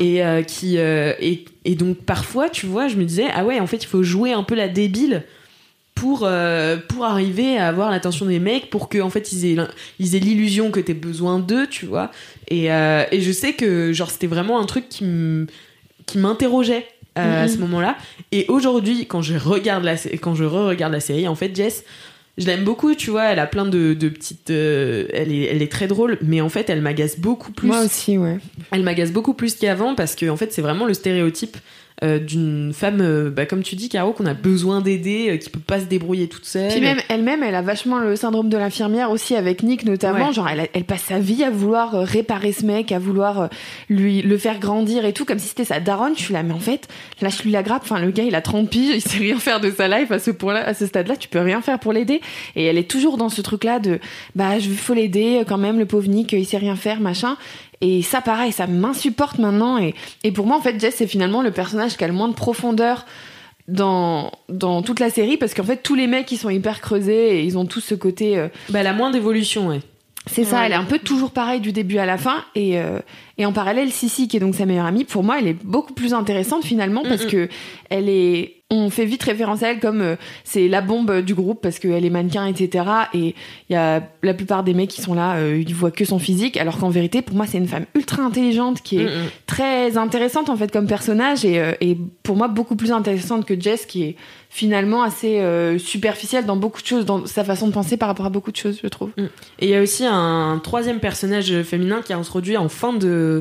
et donc parfois, tu vois, je me disais en fait il faut jouer un peu la débile pour arriver à avoir l'attention des mecs, pour que en fait ils aient l'illusion que t'aies besoin d'eux, tu vois, et je sais que genre c'était vraiment un truc qui m'interrogeait à ce moment-là. Et aujourd'hui, quand je re-regarde la série, en fait, Jess, je l'aime beaucoup, tu vois, elle a plein de petites... elle est très drôle, mais en fait, elle m'agace beaucoup plus.
Moi aussi, ouais.
Elle m'agace beaucoup plus qu'avant, parce que en fait, c'est vraiment le stéréotype d'une femme, comme tu dis, Caro, qu'on a besoin d'aider, qui peut pas se débrouiller toute seule.
Puis même elle-même, elle a vachement le syndrome de l'infirmière aussi, avec Nick notamment. Ouais. Genre, elle passe sa vie à vouloir réparer ce mec, à vouloir le faire grandir et tout, comme si c'était sa daronne. Je suis là, mais en fait, lâche-lui la grappe. Enfin, le gars, il a 30 piges, il sait rien faire de sa life à ce point-là, à ce stade-là, tu peux rien faire pour l'aider. Et elle est toujours dans ce truc-là de, faut l'aider quand même, le pauvre Nick, il sait rien faire, machin. Et ça, pareil, ça m'insupporte maintenant. Et pour moi, en fait, Jess, c'est finalement le personnage qui a le moins de profondeur dans toute la série, parce qu'en fait, tous les mecs, ils sont hyper creusés et ils ont tous ce côté...
la moins d'évolution, ouais.
C'est ça, elle est un peu toujours pareille du début à la fin. Et en parallèle, Sissi, qui est donc sa meilleure amie, pour moi, elle est beaucoup plus intéressante finalement, parce que on fait vite référence à elle comme c'est la bombe du groupe, parce qu'elle est mannequin, etc. Et il y a la plupart des mecs qui sont là, ils voient que son physique, alors qu'en vérité, pour moi, c'est une femme ultra intelligente qui est très intéressante en fait comme personnage, et pour moi beaucoup plus intéressante que Jess, qui est finalement assez superficielle dans beaucoup de choses, dans sa façon de penser par rapport à beaucoup de choses, je trouve.
Et il y a aussi un troisième personnage féminin qui est introduit en fin de...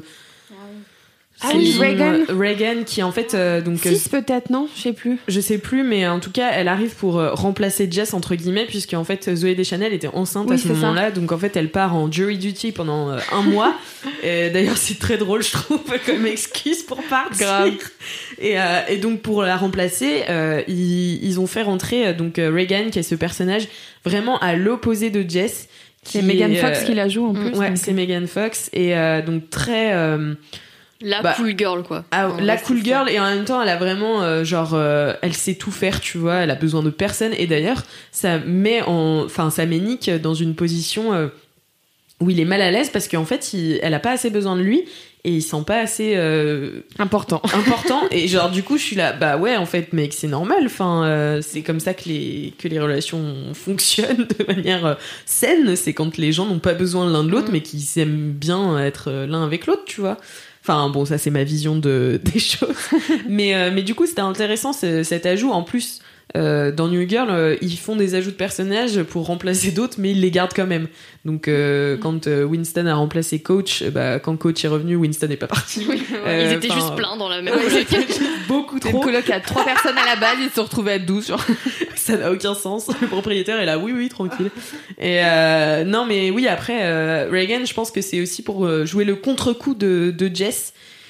Reagan, qui en fait...
6 peut-être, non ? Je sais plus,
mais en tout cas, elle arrive pour remplacer Jess, entre guillemets, puisque en fait, Zooey Deschanel était enceinte à ce moment-là, donc en fait, elle part en jury duty pendant un mois. Et d'ailleurs, c'est très drôle, je trouve, comme excuse pour partir.
Grave.
Et donc, pour la remplacer, ils ont fait rentrer Reagan, qui est ce personnage vraiment à l'opposé de Jess.
C'est Megan Fox qui la joue en plus.
Ouais, c'est Megan Fox, et donc très...
cool girl, quoi.
La cool girl, et en même temps elle a vraiment elle sait tout faire, tu vois, elle a besoin de personne, et d'ailleurs ça met Nick dans une position où il est mal à l'aise parce qu'en fait elle a pas assez besoin de lui et il se sent pas assez
important
et genre du coup je suis là bah ouais en fait mec c'est normal, enfin c'est comme ça que les relations fonctionnent de manière saine, c'est quand les gens n'ont pas besoin l'un de l'autre mais qu'ils aiment bien être l'un avec l'autre, tu vois. Enfin bon, ça c'est ma vision des choses. mais du coup c'était intéressant cet ajout. En plus dans New Girl ils font des ajouts de personnages pour remplacer d'autres mais ils les gardent quand même. Donc quand Winston a remplacé Coach, quand Coach est revenu, Winston n'est pas parti.
Oui, ils étaient juste pleins dans la même coloc.
Beaucoup trop.
Une coloc à 3 personnes à la base, ils se sont retrouvés à 12. Genre.
Ça n'a aucun sens. Le propriétaire est là, oui, tranquille. Et non, mais oui, après, Reagan, je pense que c'est aussi pour jouer le contre-coup de Jess.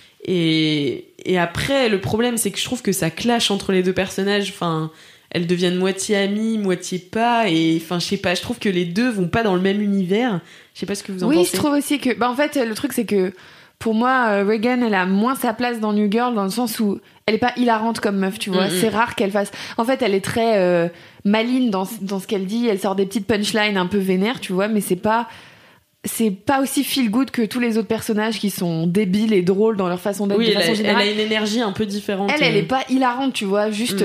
Et après, le problème, c'est que je trouve que ça clash entre les deux personnages. Enfin, elles deviennent moitié amies, moitié pas. Et enfin, je sais pas, je trouve que les deux vont pas dans le même univers. Je sais pas ce que vous en pensez.
Oui, je trouve aussi que... en fait, le truc, c'est que pour moi, Reagan, elle a moins sa place dans New Girl, dans le sens où elle est pas hilarante comme meuf, tu vois. C'est rare qu'elle fasse... En fait, elle est très maligne dans ce qu'elle dit. Elle sort des petites punchlines un peu vénères, tu vois, mais c'est pas aussi feel good que tous les autres personnages qui sont débiles et drôles dans leur façon d'être.
Oui,
de façon générale.
Elle a une énergie un peu différente.
Elle est pas hilarante, tu vois. Juste,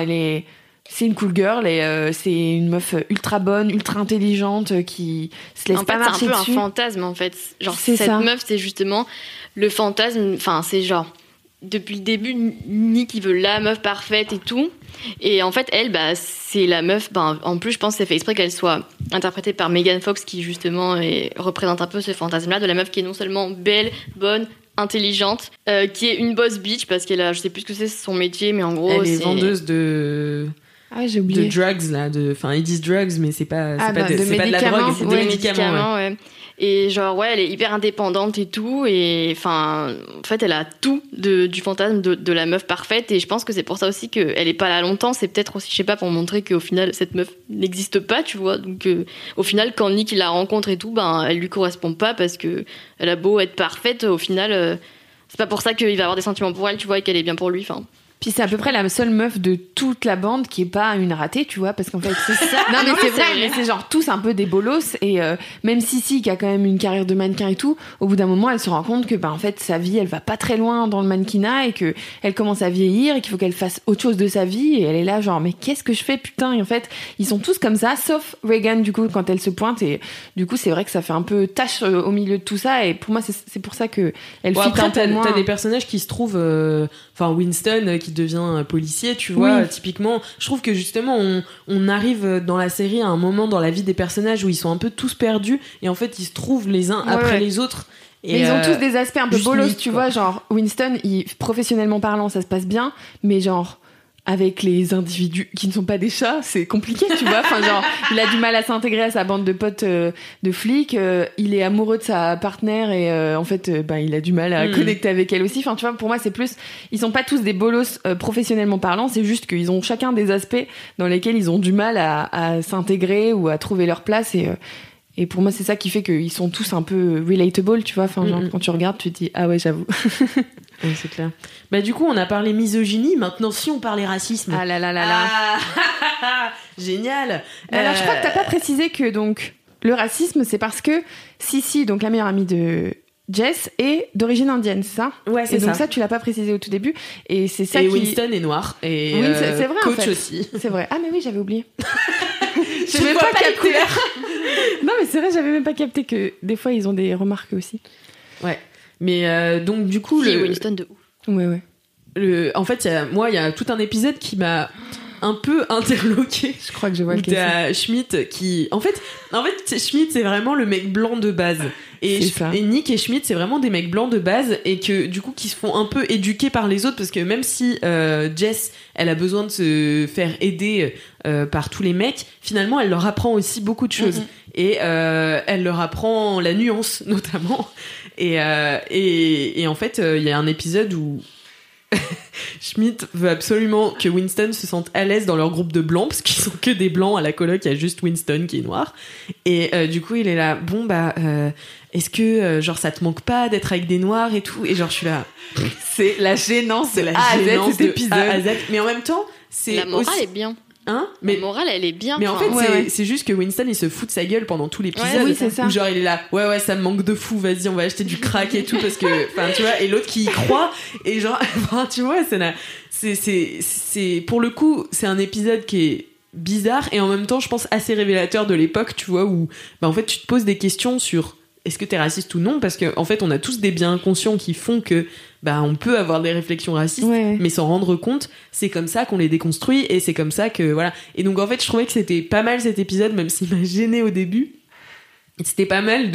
c'est une cool girl et c'est une meuf ultra bonne, ultra intelligente qui se laisse pas marcher dessus.
C'est un peu un fantasme en fait. Genre
c'est
cette
ça.
meuf, c'est justement le fantasme. Enfin, c'est genre depuis le début, Nick il veut la meuf parfaite et tout. Et en fait, elle, c'est la meuf. En plus, je pense que c'est fait exprès qu'elle soit interprétée par Megan Fox, qui justement représente un peu ce fantasme-là de la meuf qui est non seulement belle, bonne, intelligente, qui est une boss bitch parce qu'elle a, je sais plus ce que c'est son métier, mais en gros,
elle est vendeuse de.
Ah, j'ai oublié.
De drugs là, enfin ils disent drugs, mais c'est pas de la drogue, c'est des médicaments.
Ouais. Et genre elle est hyper indépendante et tout, et enfin en fait elle a tout du fantasme de la meuf parfaite, et je pense que c'est pour ça aussi qu'elle est pas là longtemps. C'est peut-être aussi, je sais pas, pour montrer qu'au final cette meuf n'existe pas, tu vois. Donc au final quand Nick il la rencontre et tout, elle lui correspond pas parce que elle a beau être parfaite, au final c'est pas pour ça qu'il va avoir des sentiments pour elle, tu vois, et qu'elle est bien pour lui. Enfin.
Puis c'est à peu près la seule meuf de toute la bande qui est pas une ratée, tu vois, parce qu'en fait c'est ça. Non mais c'est vrai, mais c'est genre tous un peu des bolos, et même Sissi qui a quand même une carrière de mannequin et tout, au bout d'un moment elle se rend compte que en fait sa vie elle va pas très loin dans le mannequinat et que elle commence à vieillir et qu'il faut qu'elle fasse autre chose de sa vie, et elle est là genre mais qu'est-ce que je fais putain. Et en fait ils sont tous comme ça sauf Reagan du coup quand elle se pointe, et du coup c'est vrai que ça fait un peu tâche au milieu de tout ça, et pour moi c'est pour ça que elle fit un peu moins.
T'as des personnages qui se trouvent enfin Winston qui devient policier, tu vois, typiquement. Je trouve que justement on arrive dans la série à un moment dans la vie des personnages où ils sont un peu tous perdus, et en fait ils se trouvent les uns après les autres. Et
mais ils ont tous des aspects un peu bolos, tu
quoi.
vois, genre Winston, professionnellement parlant ça se passe bien, mais genre avec les individus qui ne sont pas des chats, c'est compliqué, tu vois. Enfin, genre, il a du mal à s'intégrer à sa bande de potes de flics. Il est amoureux de sa partenaire et en fait, il a du mal à connecter avec elle aussi. Enfin, tu vois, pour moi, c'est plus... Ils sont pas tous des bolos professionnellement parlant, c'est juste qu'ils ont chacun des aspects dans lesquels ils ont du mal à s'intégrer ou à trouver leur place, et pour moi, c'est ça qui fait qu'ils sont tous un peu relatable, tu vois. Enfin, genre, quand tu regardes, tu te dis, ah ouais, j'avoue.
Oui, c'est clair. Du coup, on a parlé misogynie. Maintenant, si on parlait racisme.
Ah là là là là.
Ah, génial.
Alors, je crois que t'as pas précisé que, donc, le racisme, c'est parce que Sissi, donc la meilleure amie de Jess, est d'origine indienne, c'est ça ?
Ouais, c'est ça.
Et donc ça, tu l'as pas précisé au tout début. Et c'est ça
Winston est noir. Et
oui, c'est vrai,
Coach
en fait.
aussi.
C'est vrai. Ah, mais oui, j'avais oublié.
Je même pas capté.
Non, mais c'est vrai, j'avais même pas capté que des fois, ils ont des remarques aussi.
Ouais. Mais donc, du coup...
Winston de ouf.
Ouais.
En fait, il y a tout un épisode qui m'a un peu interloqué.
Je crois que je vois le
cas. Schmidt qui... En fait, Schmidt, c'est vraiment le mec blanc de base. Et Nick et Schmidt, c'est vraiment des mecs blancs de base, et que du coup, qui se font un peu éduquer par les autres, parce que même si Jess, elle a besoin de se faire aider par tous les mecs, finalement, elle leur apprend aussi beaucoup de choses. Et elle leur apprend la nuance, notamment. Et en fait, il y a un épisode où Schmidt veut absolument que Winston se sente à l'aise dans leur groupe de blancs, parce qu'ils sont que des blancs à la coloc, il y a juste Winston qui est noir. Et du coup, il est là, est-ce que genre ça te manque pas d'être avec des noirs et tout? Et genre je suis là,
c'est la gênance,
c'est la
gênance
de
cet épisode.
A à Z. Mais en même temps, c'est
la morale
aussi...
est bien. Mais la morale, elle est bien.
Mais en fait, c'est juste que Winston, il se fout de sa gueule pendant tout l'épisode.
Ouais, oui, c'est ça.
Où genre, il est là, ouais, ça me manque de fou, vas-y, on va acheter du crack et tout, parce que, enfin, tu vois, et l'autre qui y croit, et genre, tu vois, c'est, pour le coup, c'est un épisode qui est bizarre, et en même temps, je pense, assez révélateur de l'époque, tu vois, où, en fait, tu te poses des questions sur est-ce que t'es raciste ou non, parce que, en fait, on a tous des biens inconscients qui font que, on peut avoir des réflexions racistes, mais s'en rendre compte, c'est comme ça qu'on les déconstruit, et c'est comme ça que, voilà. Et donc, en fait, je trouvais que c'était pas mal cet épisode, même s'il m'a gêné au début. C'était pas mal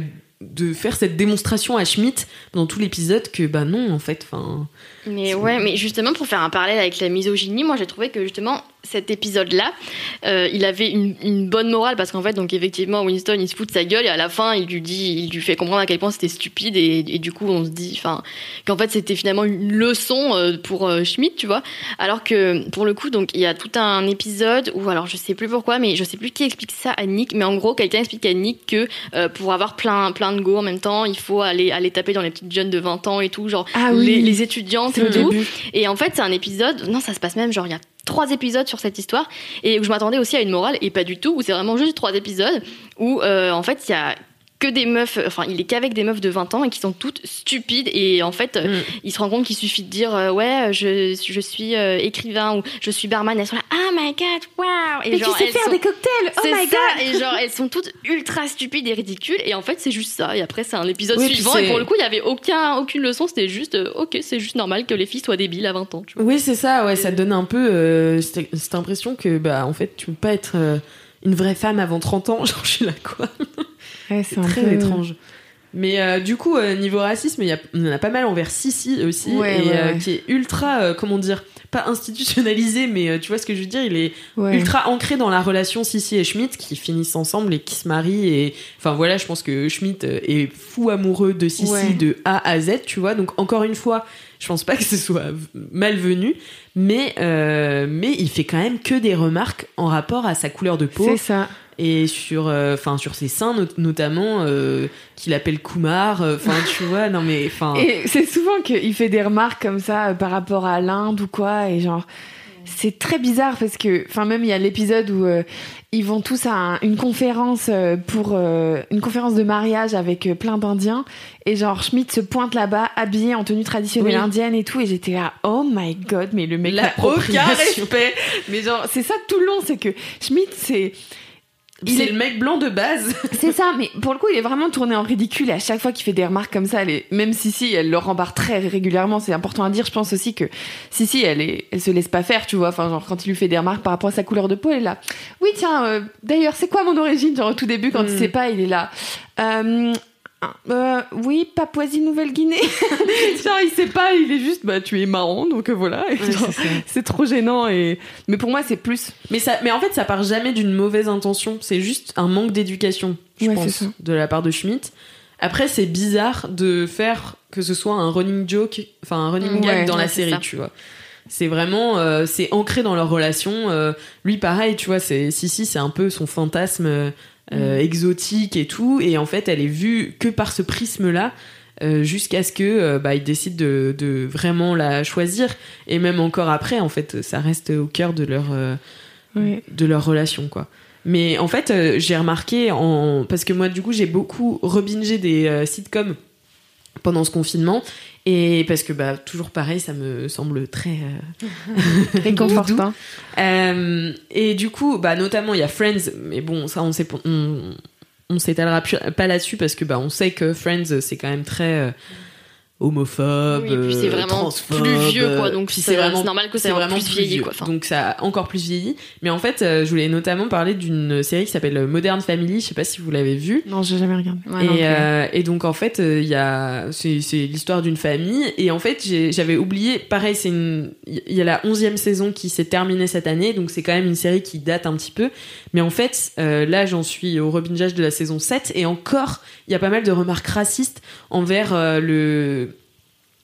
de faire cette démonstration à Schmidt dans tout l'épisode que, non, en fait, enfin...
Mais justement, pour faire un parallèle avec la misogynie, moi, j'ai trouvé que, justement, cet épisode-là, il avait une bonne morale, parce qu'en fait, donc, effectivement, Winston, il se fout de sa gueule, et à la fin, il lui fait comprendre à quel point c'était stupide, et du coup, on se dit, qu'en fait, c'était finalement une leçon pour Schmidt, tu vois. Alors que, pour le coup, donc, il y a tout un épisode où, alors, je sais plus pourquoi, mais je sais plus qui explique ça à Nick, mais en gros, quelqu'un explique à Nick que, pour avoir plein de go en même temps, il faut aller taper dans les petites jeunes de 20 ans et tout, genre, les étudiantes et tout. Et en fait, c'est un épisode, non, ça se passe même, genre, il y a 3 épisodes sur cette histoire, et où je m'attendais aussi à une morale, et pas du tout, où c'est vraiment juste 3 épisodes, où, en fait, il y a que des meufs, il est qu'avec des meufs de 20 ans et qui sont toutes stupides, et en fait il se rend compte qu'il suffit de dire je suis écrivain ou je suis barman, elles sont là oh my god wow, et
mais genre, tu sais faire des cocktails, oh my god,
et genre elles sont toutes ultra stupides et ridicules, et en fait c'est juste ça, et après c'est un épisode suivant, et pour le coup il y avait aucune leçon, c'était juste ok, c'est juste normal que les filles soient débiles à 20 ans, tu vois.
Oui, c'est ça, ça donne un peu cette impression que en fait tu peux pas être une vraie femme avant 30 ans, genre je suis là quoi.
Ouais, c'est
très étrange. Mais du coup, niveau racisme, il y en a pas mal envers Sissi aussi, qui est ultra, comment dire, pas institutionnalisé, mais tu vois ce que je veux dire, il est ultra ancré dans la relation Sissi et Schmidt, qui finissent ensemble et qui se marient. Et enfin voilà, je pense que Schmidt est fou amoureux de Sissi de A à Z, tu vois. Donc encore une fois, je pense pas que ce soit malvenu, mais il fait quand même que des remarques en rapport à sa couleur de peau.
C'est ça.
Et sur ses seins notamment, qu'il appelle Kumar, tu vois, non mais
et c'est souvent qu'il fait des remarques comme ça par rapport à l'Inde ou quoi, et genre c'est très bizarre, parce que même il y a l'épisode où ils vont tous à une conférence pour une conférence de mariage avec plein d'Indiens, et genre Schmidt se pointe là-bas habillé en tenue traditionnelle indienne et tout, et j'étais là oh my god, mais le mec
n'a aucun respect.
Mais genre c'est ça tout le long, c'est que Schmidt c'est
le mec blanc de base.
C'est ça, mais pour le coup, il est vraiment tourné en ridicule, et à chaque fois qu'il fait des remarques comme ça, même Sissi, elle le rembarre très régulièrement. C'est important à dire, je pense aussi que Sissi, elle se laisse pas faire, tu vois. Genre, quand il lui fait des remarques par rapport à sa couleur de peau, elle est là. Oui, tiens, d'ailleurs, c'est quoi mon origine? Genre, au tout début, quand il sait pas, il est là. Oui, Papouasie-Nouvelle-Guinée. Genre, il sait pas, il est juste, tu es marrant, donc voilà. Et genre, c'est trop gênant. Mais pour moi, c'est plus.
Mais en fait, ça part jamais d'une mauvaise intention. C'est juste un manque d'éducation, je pense, de la part de Schmidt. Après, c'est bizarre de faire que ce soit un running joke, un running gag dans la série, tu vois. C'est vraiment, c'est ancré dans leur relation. Lui, pareil, tu vois, Sissi, c'est un peu son fantasme. Exotique et tout, et en fait elle est vue que par ce prisme-là, jusqu'à ce que il décide de vraiment la choisir, et même encore après en fait ça reste au cœur de leur relation, quoi. Mais en fait j'ai remarqué parce que moi du coup j'ai beaucoup rebingé des sitcoms pendant ce confinement, et parce que toujours pareil, ça me semble très
réconfortant.
Et du coup notamment il y a Friends, mais bon ça on s'étalera pas là-dessus, parce que on sait que Friends c'est quand même très homophobe,
et puis c'est vraiment
transphobe,
plus vieux, quoi, donc c'est normal que ça ait vraiment plus vieilli, quoi.
Donc ça a encore plus vieilli. Mais en fait je voulais notamment parler d'une série qui s'appelle Modern Family, je sais pas si vous l'avez vue.
Non, j'ai jamais regardé.
Et donc en fait c'est l'histoire d'une famille, et en fait j'avais oublié, pareil, il y a la 11e saison qui s'est terminée cette année, donc c'est quand même une série qui date un petit peu, mais en fait là j'en suis au rebingeage de la saison 7, et encore il y a pas mal de remarques racistes envers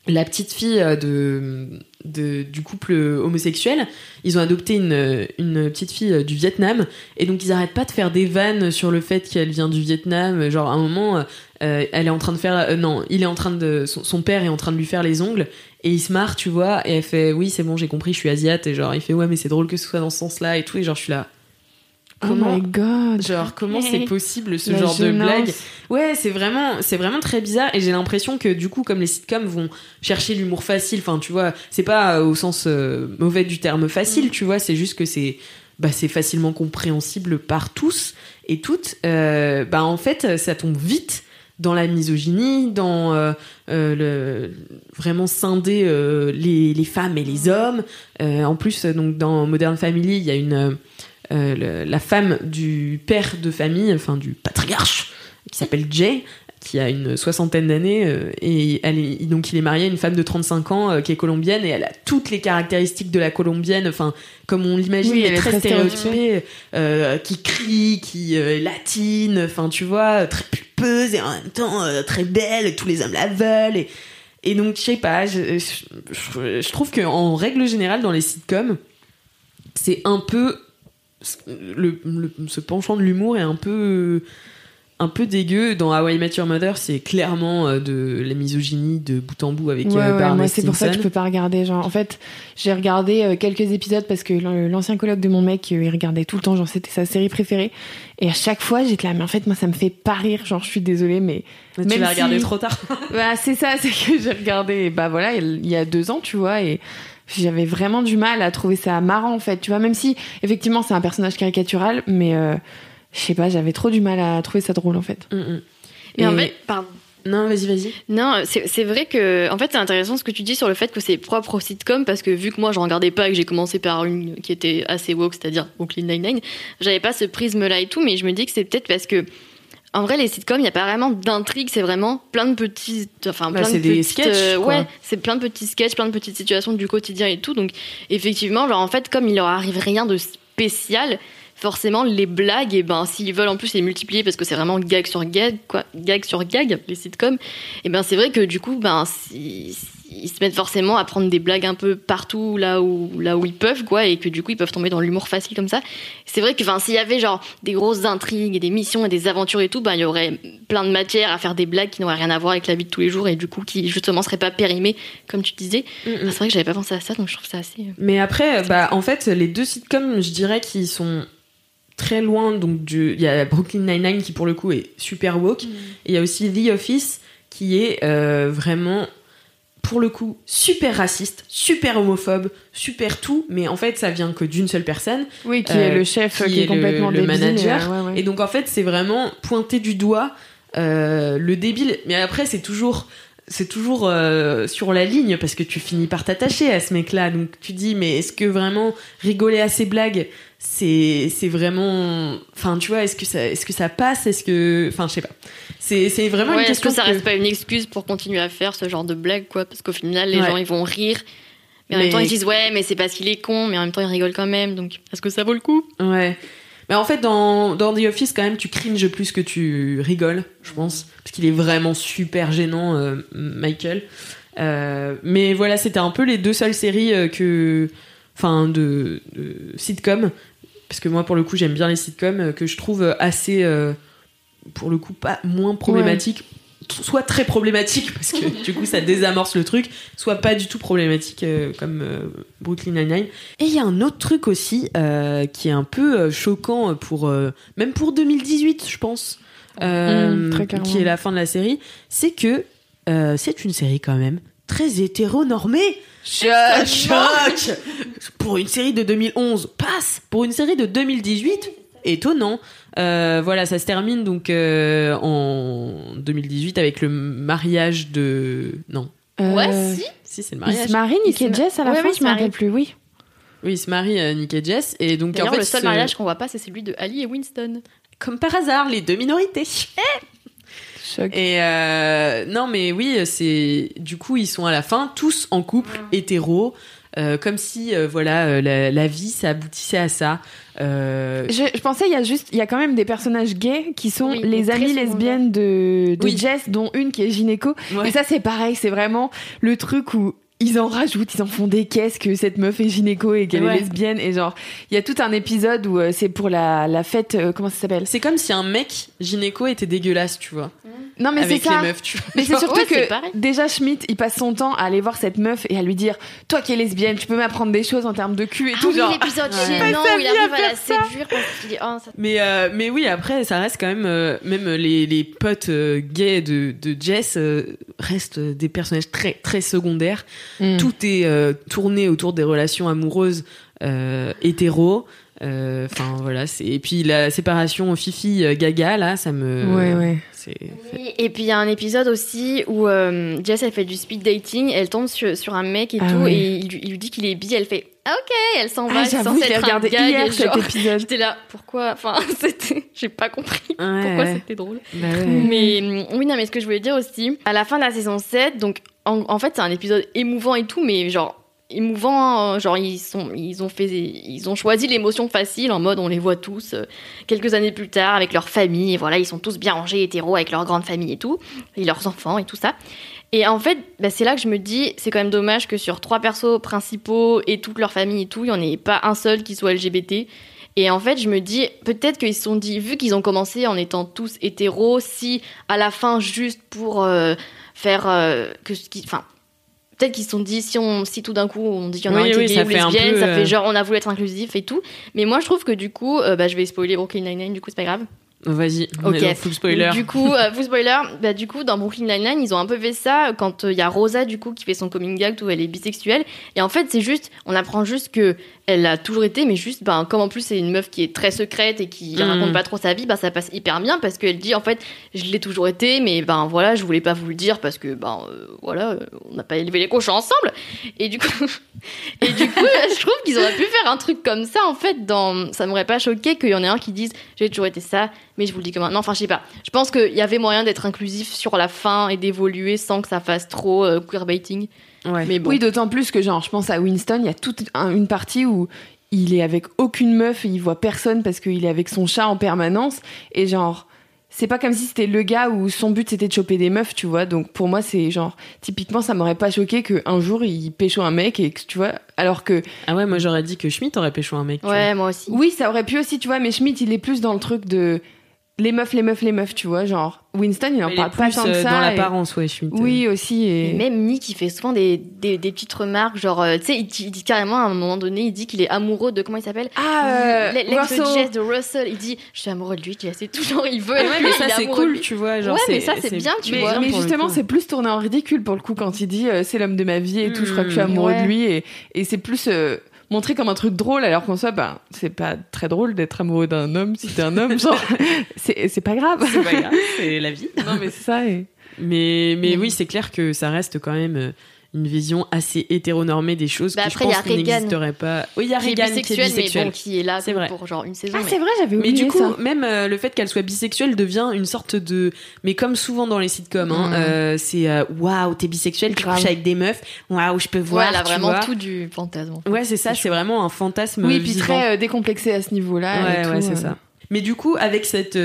la petite fille du couple homosexuel, ils ont adopté une petite fille du Vietnam, et donc ils arrêtent pas de faire des vannes sur le fait qu'elle vient du Vietnam. Genre à un moment, elle est en train de faire, son père est en train de lui faire les ongles, et il se marre, tu vois, et elle fait oui c'est bon j'ai compris, je suis asiate, et genre il fait ouais mais c'est drôle que ce soit dans ce sens-là et tout, et genre je suis là.
Comment, oh my god,
genre comment c'est possible ce genre de blague? Ouais, c'est vraiment très bizarre, et j'ai l'impression que du coup comme les sitcoms vont chercher l'humour facile, enfin tu vois, c'est pas au sens mauvais du terme facile, tu vois, c'est juste que c'est facilement compréhensible par tous et toutes, en fait ça tombe vite dans la misogynie, dans vraiment scinder les femmes et les hommes. En plus, donc dans Modern Family, il y a la femme du père de famille, enfin du patriarche, qui s'appelle Jay, qui a une 60aine d'années, et donc il est marié à une femme de 35 ans qui est colombienne, et elle a toutes les caractéristiques de la colombienne, enfin comme on l'imagine, elle est très stéréotypée, qui crie, qui est latine, enfin tu vois, très pulpeuse et en même temps très belle, et tous les hommes la veulent, et donc je sais pas, je trouve qu'en règle générale dans les sitcoms, c'est un peu ce penchant de l'humour est un peu dégueu. Dans How I Met Your Mother, c'est clairement de la misogynie de bout en bout avec Barney
moi,
Stinson.
C'est pour ça que je peux pas regarder. Genre, en fait, j'ai regardé quelques épisodes parce que l'ancien coloc de mon mec, il regardait tout le temps. Genre, c'était sa série préférée. Et à chaque fois, j'étais là, mais en fait, moi, ça me fait pas rire. Genre, je suis désolée, mais
tu l'as regardé trop tard.
C'est ça, c'est que j'ai regardé. Voilà, il y a 2 ans, tu vois, et j'avais vraiment du mal à trouver ça marrant, en fait. Tu vois, même si effectivement, c'est un personnage caricatural, mais je sais pas, j'avais trop du mal à trouver ça drôle, en fait.
Mais en fait, pardon.
Non, vas-y.
Non, c'est vrai que, en fait, c'est intéressant ce que tu dis sur le fait que c'est propre au sitcom, parce que vu que moi, je regardais pas et que j'ai commencé par une qui était assez woke, c'est-à-dire Brooklyn Nine-Nine, j'avais pas ce prisme-là et tout, mais je me dis que c'est peut-être parce que, en vrai, les sitcoms, il y a pas vraiment d'intrigue, c'est vraiment plein de petits,
sketchs,
ouais, c'est plein de petits sketchs, plein de petites situations du quotidien et tout. Donc, effectivement, genre, en fait, comme il leur arrive rien de spécial, forcément, les blagues, et s'ils veulent en plus les multiplier, parce que c'est vraiment gag sur gag, les sitcoms, et c'est vrai que du coup, ils se mettent forcément à prendre des blagues un peu partout là où ils peuvent, quoi, et que du coup, ils peuvent tomber dans l'humour facile comme ça. C'est vrai que, s'il y avait genre des grosses intrigues et des missions et des aventures et tout, il y aurait plein de matière à faire des blagues qui n'auraient rien à voir avec la vie de tous les jours, et du coup, qui justement seraient pas périmées, comme tu disais. C'est vrai que j'avais pas pensé à ça, donc je trouve ça assez.
Mais après, en fait, les 2 sitcoms, je dirais qu'ils sont très loin, donc il y a Brooklyn Nine-Nine qui pour le coup est super woke, et il y a aussi The Office qui est vraiment pour le coup super raciste, super homophobe, super tout, mais en fait ça vient que d'une seule personne,
qui est le chef, qui est complètement
le
débile,
manager, et donc en fait c'est vraiment pointer du doigt le débile, mais après c'est toujours sur la ligne, parce que tu finis par t'attacher à ce mec-là, donc tu dis mais est-ce que vraiment rigoler à ses blagues c'est vraiment, enfin tu vois, est-ce que ça passe, est-ce que, enfin je sais pas, c'est vraiment une question.
Est-ce que ça reste pas une excuse pour continuer à faire ce genre de blague, quoi, parce qu'au final les gens ils vont rire, mais en même temps ils disent ouais mais c'est parce qu'il est con, mais en même temps ils rigolent quand même, donc est-ce que ça vaut le coup? Ouais.
Mais en fait, dans The Office, quand même, tu cringes plus que tu rigoles, je pense. Parce qu'il est vraiment super gênant, Michael. Mais voilà, c'était un peu les 2 seules séries de sitcoms. Parce que moi, pour le coup, j'aime bien les sitcoms, que je trouve assez, pour le coup, pas moins problématiques. Soit très problématique, parce que du coup ça désamorce le truc, soit pas du tout problématique, comme Brooklyn Nine-Nine. Et il y a un autre truc aussi qui est un peu choquant même pour 2018, je pense, qui est la fin de la série, c'est que c'est une série quand même très hétéronormée. Choc. Pour une série de 2011, passe. Pour une série de 2018, étonnant. Voilà, ça se termine donc en 2018 avec le mariage de... Non. Si, c'est le mariage.
Il se marie, Nick et Jess, à la fin, je me rappelle plus, oui.
Oui, il se marie, Nick et Jess. Et donc,
d'ailleurs, en fait, le seul mariage qu'on voit pas, c'est celui de Ali et Winston.
Comme par hasard, les 2 minorités.
Choc.
Et non, mais oui, c'est du coup ils sont à la fin tous en couple hétéro, comme si la vie ça aboutissait à ça.
Je pensais il y a quand même des personnages gays qui sont les
très
amies lesbiennes de Jess, dont une qui est gynéco.
Ouais.
Et ça c'est pareil, c'est vraiment le truc où ils en rajoutent, ils en font des caisses que cette meuf est gynéco et qu'elle est lesbienne. Et genre, il y a tout un épisode où c'est pour la fête, comment ça s'appelle ?
C'est comme si un mec gynéco était dégueulasse, tu vois.
Non, mais
avec
c'est ça.
les meufs, tu vois.
Mais c'est surtout
c'est
que
pareil.
déjà Schmidt, il passe son temps à aller voir cette meuf et à lui dire toi qui es lesbienne, tu peux m'apprendre des choses en termes de cul et tout.
Oui,
genre.
l'épisode gênant où il arrive à la séduire parce qu'il est... Oh, ça...
Mais oui, après, ça reste quand même... même les potes gays de Jess restent des personnages très, très secondaires. Tout est tourné autour des relations amoureuses hétéro. Enfin, voilà. Et puis, la séparation Fifi-Gaga, là, ça me...
Ouais.
Oui, et puis il y a un épisode aussi où Jess elle fait du speed dating, elle tombe sur un mec et tout, et il lui dit qu'il est bi, elle fait ah ok, elle s'en va, c'est
j'avoue,
censé
je l'ai
être un
regardé
gag,
hier cet
genre,
épisode.
j'étais là, pourquoi, enfin j'ai pas compris pourquoi c'était drôle.
Bah ouais.
Mais oui, non, mais ce que je voulais dire aussi, à la fin de la saison 7, donc en fait c'est un épisode émouvant et tout, mais genre émouvant, genre ils ont choisi l'émotion facile en mode on les voit tous quelques années plus tard avec leur famille, et voilà, ils sont tous bien rangés hétéros avec leur grande famille et tout, et leurs enfants et tout ça. Et en fait, c'est là que je me dis, c'est quand même dommage que sur 3 persos principaux et toute leur famille et tout, il n'y en ait pas un seul qui soit LGBT. Et en fait, je me dis, peut-être qu'ils se sont dit, vu qu'ils ont commencé en étant tous hétéros, si à la fin, juste pour faire peut-être qu'ils se sont dit, si tout d'un coup on dit qu'il y en a un qui est gay ou lesbienne, ça fait genre on a voulu être inclusif et tout. Mais moi je trouve que du coup, je vais spoiler Brooklyn Nine-Nine, du coup c'est pas grave.
Vas-y,
ok.
Full spoiler.
Du coup, full spoiler, du coup dans Brooklyn Nine-Nine, ils ont un peu fait ça quand il y a Rosa du coup qui fait son coming out où elle est bisexuelle. Et en fait c'est juste, on apprend juste que elle a toujours été, mais juste, comme en plus c'est une meuf qui est très secrète et qui raconte pas trop sa vie, ça passe hyper bien parce qu'elle dit en fait, je l'ai toujours été, mais voilà, je voulais pas vous le dire parce que voilà, on n'a pas élevé les cochons ensemble. Et du coup, je trouve qu'ils auraient pu faire un truc comme ça en fait. Ça m'aurait pas choqué qu'il y en ait un qui dise j'ai toujours été ça, mais je vous le dis que maintenant. Enfin, je sais pas. Je pense qu'il y avait moyen d'être inclusif sur la fin et d'évoluer sans que ça fasse trop queerbaiting.
Ouais.
Mais bon.
Oui, d'autant plus que genre, je pense à Winston, il y a toute une partie où il est avec aucune meuf et il voit personne parce qu'il est avec son chat en permanence. Et genre, c'est pas comme si c'était le gars où son but c'était de choper des meufs, tu vois. Donc pour moi, c'est genre, typiquement, ça m'aurait pas choqué qu'un jour il pécho un mec et que, tu vois, alors que.
Ah ouais, moi j'aurais dit que Schmidt aurait pécho un mec.
Ouais, moi aussi.
Oui, ça aurait pu aussi, tu vois, mais Schmidt il est plus dans le truc de. Les meufs, tu vois, genre Winston, il en parle pas tant que ça.
Dans l'apparence, ouais, Schmidt.
Oui, aussi.
Et même Nick, il fait souvent des petites remarques, genre, tu sais, il dit carrément à un moment donné, il dit qu'il est amoureux de, comment il s'appelle ? L'ex de Jess, de Russell, il dit, je suis amoureux de lui, c'est toujours, il veut.
Ouais, mais ça c'est cool,
lui.
tu vois. Genre,
ouais, mais ça c'est bien, tu vois.
Mais justement, c'est plus tourné en ridicule pour le coup quand il dit c'est l'homme de ma vie et tout, je crois que je suis amoureux de lui et c'est plus montré comme un truc drôle alors qu'en soi c'est pas très drôle d'être amoureux d'un homme si t'es un homme, genre c'est pas grave.
C'est pas grave, c'est la vie.
Non mais c'est ça.
Mais oui, c'est clair que ça reste quand même une vision assez hétéronormée des choses qui
après,
je pense n'existerait pas. Oui, il y a Regan qui est bisexuelle,
mais qui est là pour genre une saison.
Ah, c'est vrai, j'avais oublié ça.
Mais du coup, même le fait qu'elle soit bisexuelle devient une sorte de... Mais comme souvent dans les sitcoms, c'est waouh, t'es bisexuelle, tu couches avec des meufs, waouh, je peux voir.
Ouais, elle a vraiment
tout
du fantasme.
Ouais, c'est ça, c'est vraiment un fantasme.
Oui, puis
vivant.
Très décomplexé à ce niveau-là.
Ouais, c'est ça. Mais du coup, avec cette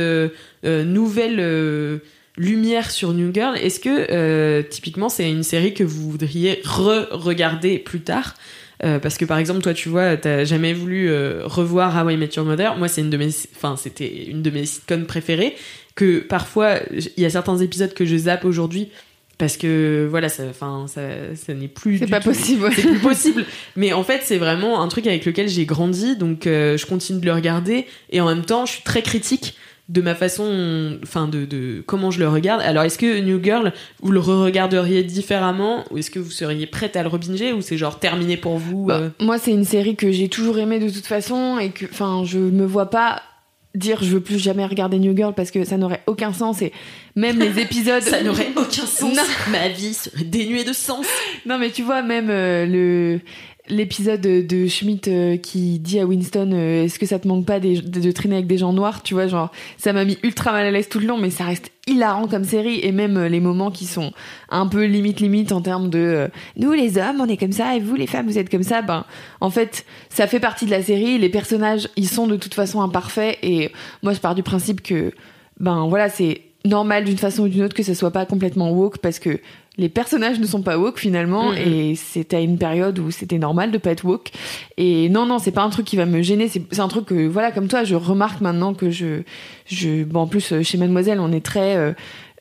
nouvelle... lumière sur New Girl, est-ce que typiquement c'est une série que vous voudriez re-regarder plus tard parce que par exemple toi tu vois t'as jamais voulu revoir How I Met Your Mother. Moi c'était une de mes sitcoms préférées que parfois il y a certains épisodes que je zappe aujourd'hui parce que voilà ça n'est plus
c'est pas possible, ouais.
c'est plus possible, mais en fait c'est vraiment un truc avec lequel j'ai grandi, donc je continue de le regarder et en même temps je suis très critique de ma façon, enfin de comment je le regarde. Alors est-ce que New Girl vous le re-regarderiez différemment ou est-ce que vous seriez prête à le rebinger ou c'est genre terminé pour vous
Moi c'est une série que j'ai toujours aimée de toute façon et que je me vois pas dire je veux plus jamais regarder New Girl parce que ça n'aurait aucun sens et même les épisodes...
Ça n'aurait aucun sens. Non. Ma vie serait dénuée de sens.
Non, mais tu vois, même l'épisode de Schmidt qui dit à Winston est-ce que ça te manque pas de traîner avec des gens noirs, tu vois, genre ça m'a mis ultra mal à l'aise tout le long, mais ça reste hilarant comme série. Et même les moments qui sont un peu limite en termes de nous les hommes on est comme ça et vous les femmes vous êtes comme ça, ben en fait ça fait partie de la série. Les personnages ils sont de toute façon imparfaits et moi je pars du principe que ben voilà, c'est normal d'une façon ou d'une autre que ça soit pas complètement woke parce que les personnages ne sont pas woke finalement, et c'était à une période où c'était normal de pas être woke. Et non, c'est pas un truc qui va me gêner, c'est un truc que, voilà, comme toi, je remarque maintenant que bon, en plus, chez Mademoiselle, on est très,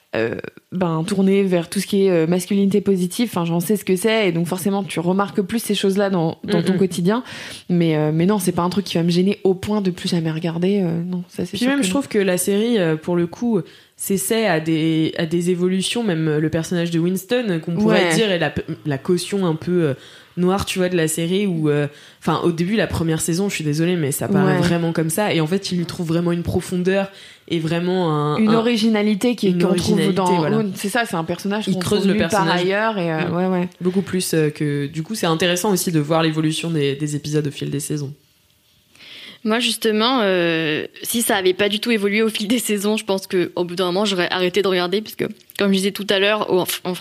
tourné vers tout ce qui est masculinité positive, enfin, j'en sais ce que c'est, et donc forcément, tu remarques plus ces choses-là dans ton quotidien. Mais non, c'est pas un truc qui va me gêner au point de plus jamais regarder, non, ça c'est sûr.
Puis même, je trouve que la série, pour le coup, s'essaie à des évolutions, même le personnage de Winston qu'on pourrait dire est la caution un peu noire, tu vois, de la série, où au début, la première saison, je suis désolée, mais ça paraît vraiment comme ça, et en fait il lui trouve vraiment une profondeur et vraiment
une originalité qu'on trouve dans
voilà.
C'est ça, c'est un personnage
il
qu'on
creuse
trouve
le personnage
par ailleurs, et
beaucoup plus que du coup c'est intéressant aussi de voir l'évolution des épisodes au fil des saisons.
Moi, justement, si ça avait pas du tout évolué au fil des saisons, je pense qu'au bout d'un moment, j'aurais arrêté de regarder, puisque, comme je disais tout à l'heure,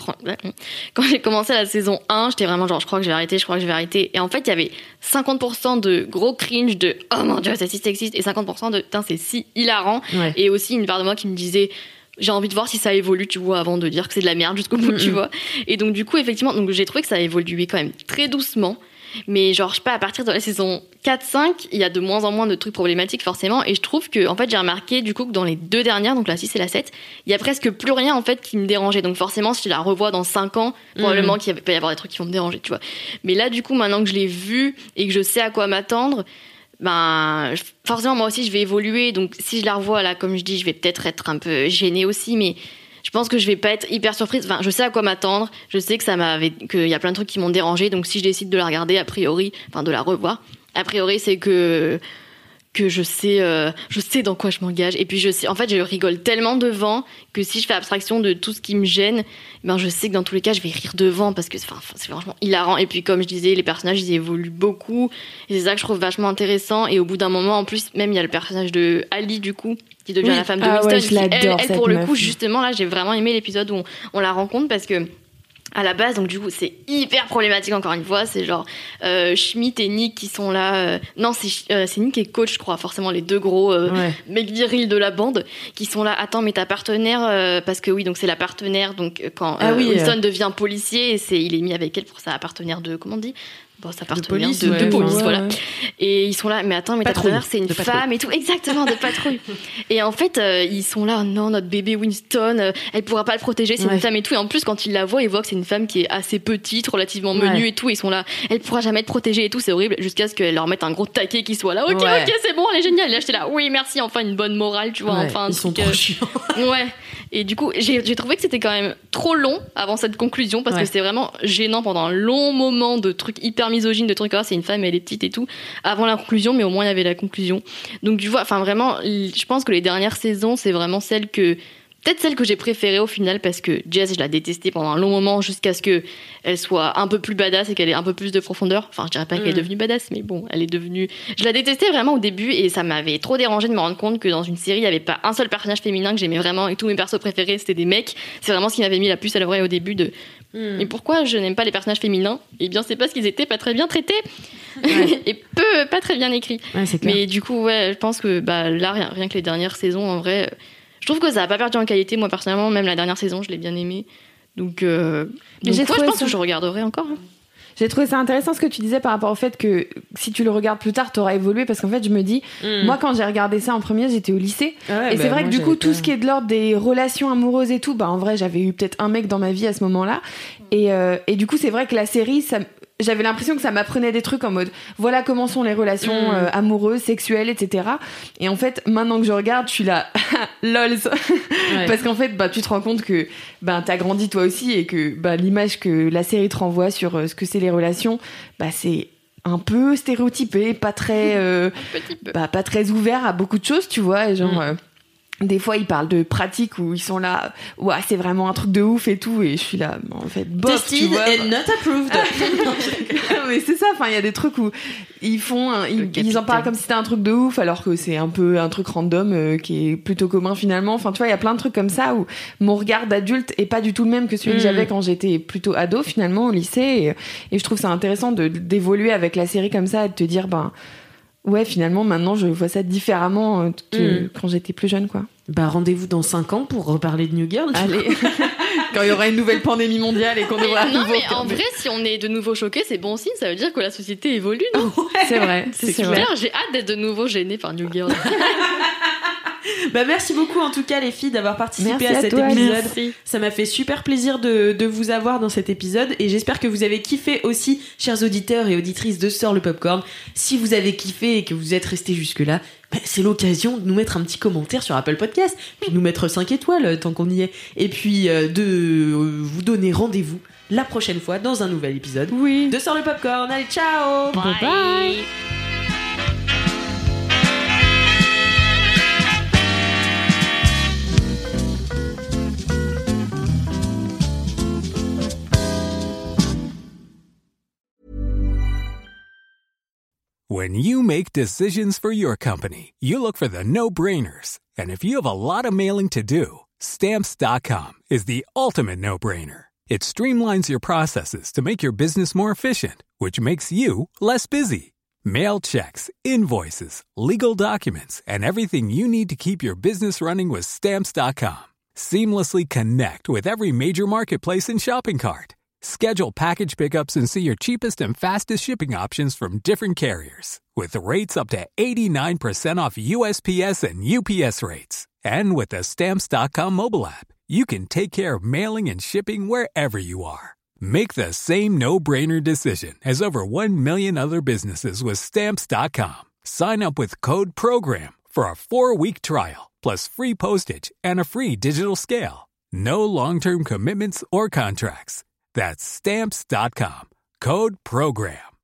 quand j'ai commencé la saison 1, j'étais vraiment genre, je crois que je vais arrêter. Et en fait, il y avait 50% de gros cringe de « Oh mon Dieu, c'est si sexiste » et 50% de « Putain, c'est si hilarant ». Et aussi une part de moi qui me disait « J'ai envie de voir si ça évolue, tu vois, avant de dire que c'est de la merde jusqu'au bout, tu vois ». Et donc, du coup, effectivement, j'ai trouvé que ça a évolué quand même très doucement. Mais genre, je sais pas, à partir de la saison 4-5, il y a de moins en moins de trucs problématiques forcément, et je trouve que, en fait, j'ai remarqué du coup que dans les deux dernières, donc la 6 et la 7, il y a presque plus rien en fait qui me dérangeait. Donc forcément, si je la revois dans 5 ans, probablement qu'il peut y avoir des trucs qui vont me déranger, tu vois. Mais là, du coup, maintenant que je l'ai vu et que je sais à quoi m'attendre, ben forcément moi aussi je vais évoluer. Donc si je la revois là, comme je dis, je vais peut-être être un peu gênée aussi, mais je pense que je vais pas être hyper surprise. Enfin, je sais à quoi m'attendre. Je sais qu'il y a plein de trucs qui m'ont dérangé. Donc, si je décide de la regarder, a priori, de la revoir, a priori, c'est que je sais dans quoi je m'engage. Et puis, en fait, je rigole tellement devant que si je fais abstraction de tout ce qui me gêne, ben, je sais que dans tous les cas, je vais rire devant parce que c'est franchement hilarant. Et puis, comme je disais, les personnages, ils évoluent beaucoup. Et c'est ça que je trouve vachement intéressant. Et au bout d'un moment, en plus, même, il y a le personnage de Ali, du coup, qui devient la femme de Winston. Elle, pour le coup, justement, là, j'ai vraiment aimé l'épisode où on la rencontre parce que à la base, donc du coup, c'est hyper problématique encore une fois. C'est genre Schmidt et Nick qui sont là. Non, c'est Nick et Coach, je crois, forcément les deux gros mecs virils de la bande qui sont là. Attends, mais ta partenaire, parce que oui, donc c'est la partenaire. Donc quand Winston devient policier, il est mis avec elle pour sa partenaire de, comment on dit, sa partenaire de police, voilà. Et ils sont là, mais attends, mais ta partenaire, c'est une femme et tout. Exactement, de patrouille. Et en fait, ils sont là, non, notre bébé Winston, elle pourra pas le protéger, c'est une femme et tout. Et en plus, quand ils la voient, ils voient que c'est une femme qui est assez petite, relativement menue et tout. Ils sont là, elle pourra jamais te protéger et tout, c'est horrible. Jusqu'à ce qu'elle leur mette un gros taquet qui soit là. Ok, c'est bon, elle est géniale. Et là, j'étais là, oui, merci, enfin une bonne morale, tu vois. Enfin,
ils sont trop chiants.
Ouais. Et du coup, j'ai trouvé que c'était quand même trop long avant cette conclusion parce que c'était vraiment gênant pendant un long moment de trucs hyper misogynes, de trucs c'est une femme, elle est petite et tout, avant la conclusion, mais au moins il y avait la conclusion. Donc tu vois, enfin vraiment, je pense que les dernières saisons, c'est vraiment peut-être celle que j'ai préférée au final parce que Jess, je la détestais pendant un long moment jusqu'à ce qu'elle soit un peu plus badass et qu'elle ait un peu plus de profondeur. Enfin, je dirais pas qu'elle est devenue badass, mais bon, elle est devenue... Je la détestais vraiment au début et ça m'avait trop dérangé de me rendre compte que dans une série, il y avait pas un seul personnage féminin que j'aimais vraiment et tous mes persos préférés, c'était des mecs. C'est vraiment ce qui m'avait mis la puce à l'oreille au début de... Mais pourquoi je n'aime pas les personnages féminins ? Eh bien, c'est parce qu'ils étaient pas très bien traités et pas très bien écrits. Mais du coup, je pense que là, rien que les dernières saisons, en vrai... Je trouve que ça n'a pas perdu en qualité. Moi, personnellement, même la dernière saison, je l'ai bien aimée. Donc je pense que je regarderai encore.
J'ai trouvé ça intéressant ce que tu disais par rapport au fait que si tu le regardes plus tard, t'auras évolué. Parce qu'en fait, je me dis, moi, quand j'ai regardé ça en premier, j'étais au lycée. Et c'est vrai que du coup, tout ce qui est de l'ordre des relations amoureuses et tout, en vrai, j'avais eu peut-être un mec dans ma vie à ce moment-là. Et du coup, c'est vrai que la série, j'avais l'impression que ça m'apprenait des trucs en mode voilà comment sont les relations amoureuses, sexuelles, etc. Et en fait, maintenant que je regarde, je suis là lols. Parce qu'en fait, tu te rends compte que t'as grandi toi aussi et que l'image que la série te renvoie sur ce que c'est les relations, c'est un peu stéréotypé, pas très pas très ouvert à beaucoup de choses, tu vois, et genre des fois, ils parlent de pratiques où ils sont là, ouais, c'est vraiment un truc de ouf et tout, et je suis là, en fait, bof, tu vois.
Tested and not approved.
Mais c'est ça, enfin, il y a des trucs où ils en parlent comme si c'était un truc de ouf, alors que c'est un peu un truc random qui est plutôt commun finalement. Enfin, tu vois, il y a plein de trucs comme ça où mon regard d'adulte est pas du tout le même que celui que j'avais quand j'étais plutôt ado finalement au lycée, et je trouve ça intéressant d'évoluer avec la série comme ça et de te dire, ouais, finalement, maintenant, je vois ça différemment que quand j'étais plus jeune, quoi.
Rendez-vous dans 5 ans pour reparler de New Girl.
Allez. Quand il y aura une nouvelle pandémie mondiale et qu'on devra à nouveau...
Non, mais en vrai, si on est de nouveau choqués, c'est bon signe. Ça veut dire que la société évolue, non?
Ouais. C'est vrai. C'est
clair. J'ai hâte d'être de nouveau gênée par New Girl.
Merci beaucoup en tout cas les filles d'avoir participé à cet épisode.
Merci.
Ça m'a fait super plaisir de vous avoir dans cet épisode et j'espère que vous avez kiffé aussi, chers auditeurs et auditrices de Sors le Popcorn. Si vous avez kiffé et que vous êtes restés jusque là, c'est l'occasion de nous mettre un petit commentaire sur Apple Podcast, puis nous mettre 5 étoiles tant qu'on y est, et puis de vous donner rendez-vous la prochaine fois dans un nouvel épisode de Sors le Popcorn. Allez, ciao.
Bye bye.
When you make decisions for your company, you look for the no-brainers. And if you have a lot of mailing to do, Stamps.com is the ultimate no-brainer. It streamlines your processes to make your business more efficient, which makes you less busy. Mail checks, invoices, legal documents, and everything you need to keep your business running with Stamps.com. Seamlessly connect with every major marketplace and shopping cart. Schedule package pickups and see your cheapest and fastest shipping options from different carriers. With rates up to 89% off USPS and UPS rates. And with the Stamps.com mobile app, you can take care of mailing and shipping wherever you are. Make the same no-brainer decision as over 1 million other businesses with Stamps.com. Sign up with code PROGRAM for a 4-week trial, plus free postage and a free digital scale. No long-term commitments or contracts. That's Stamps.com. Code PROGRAM.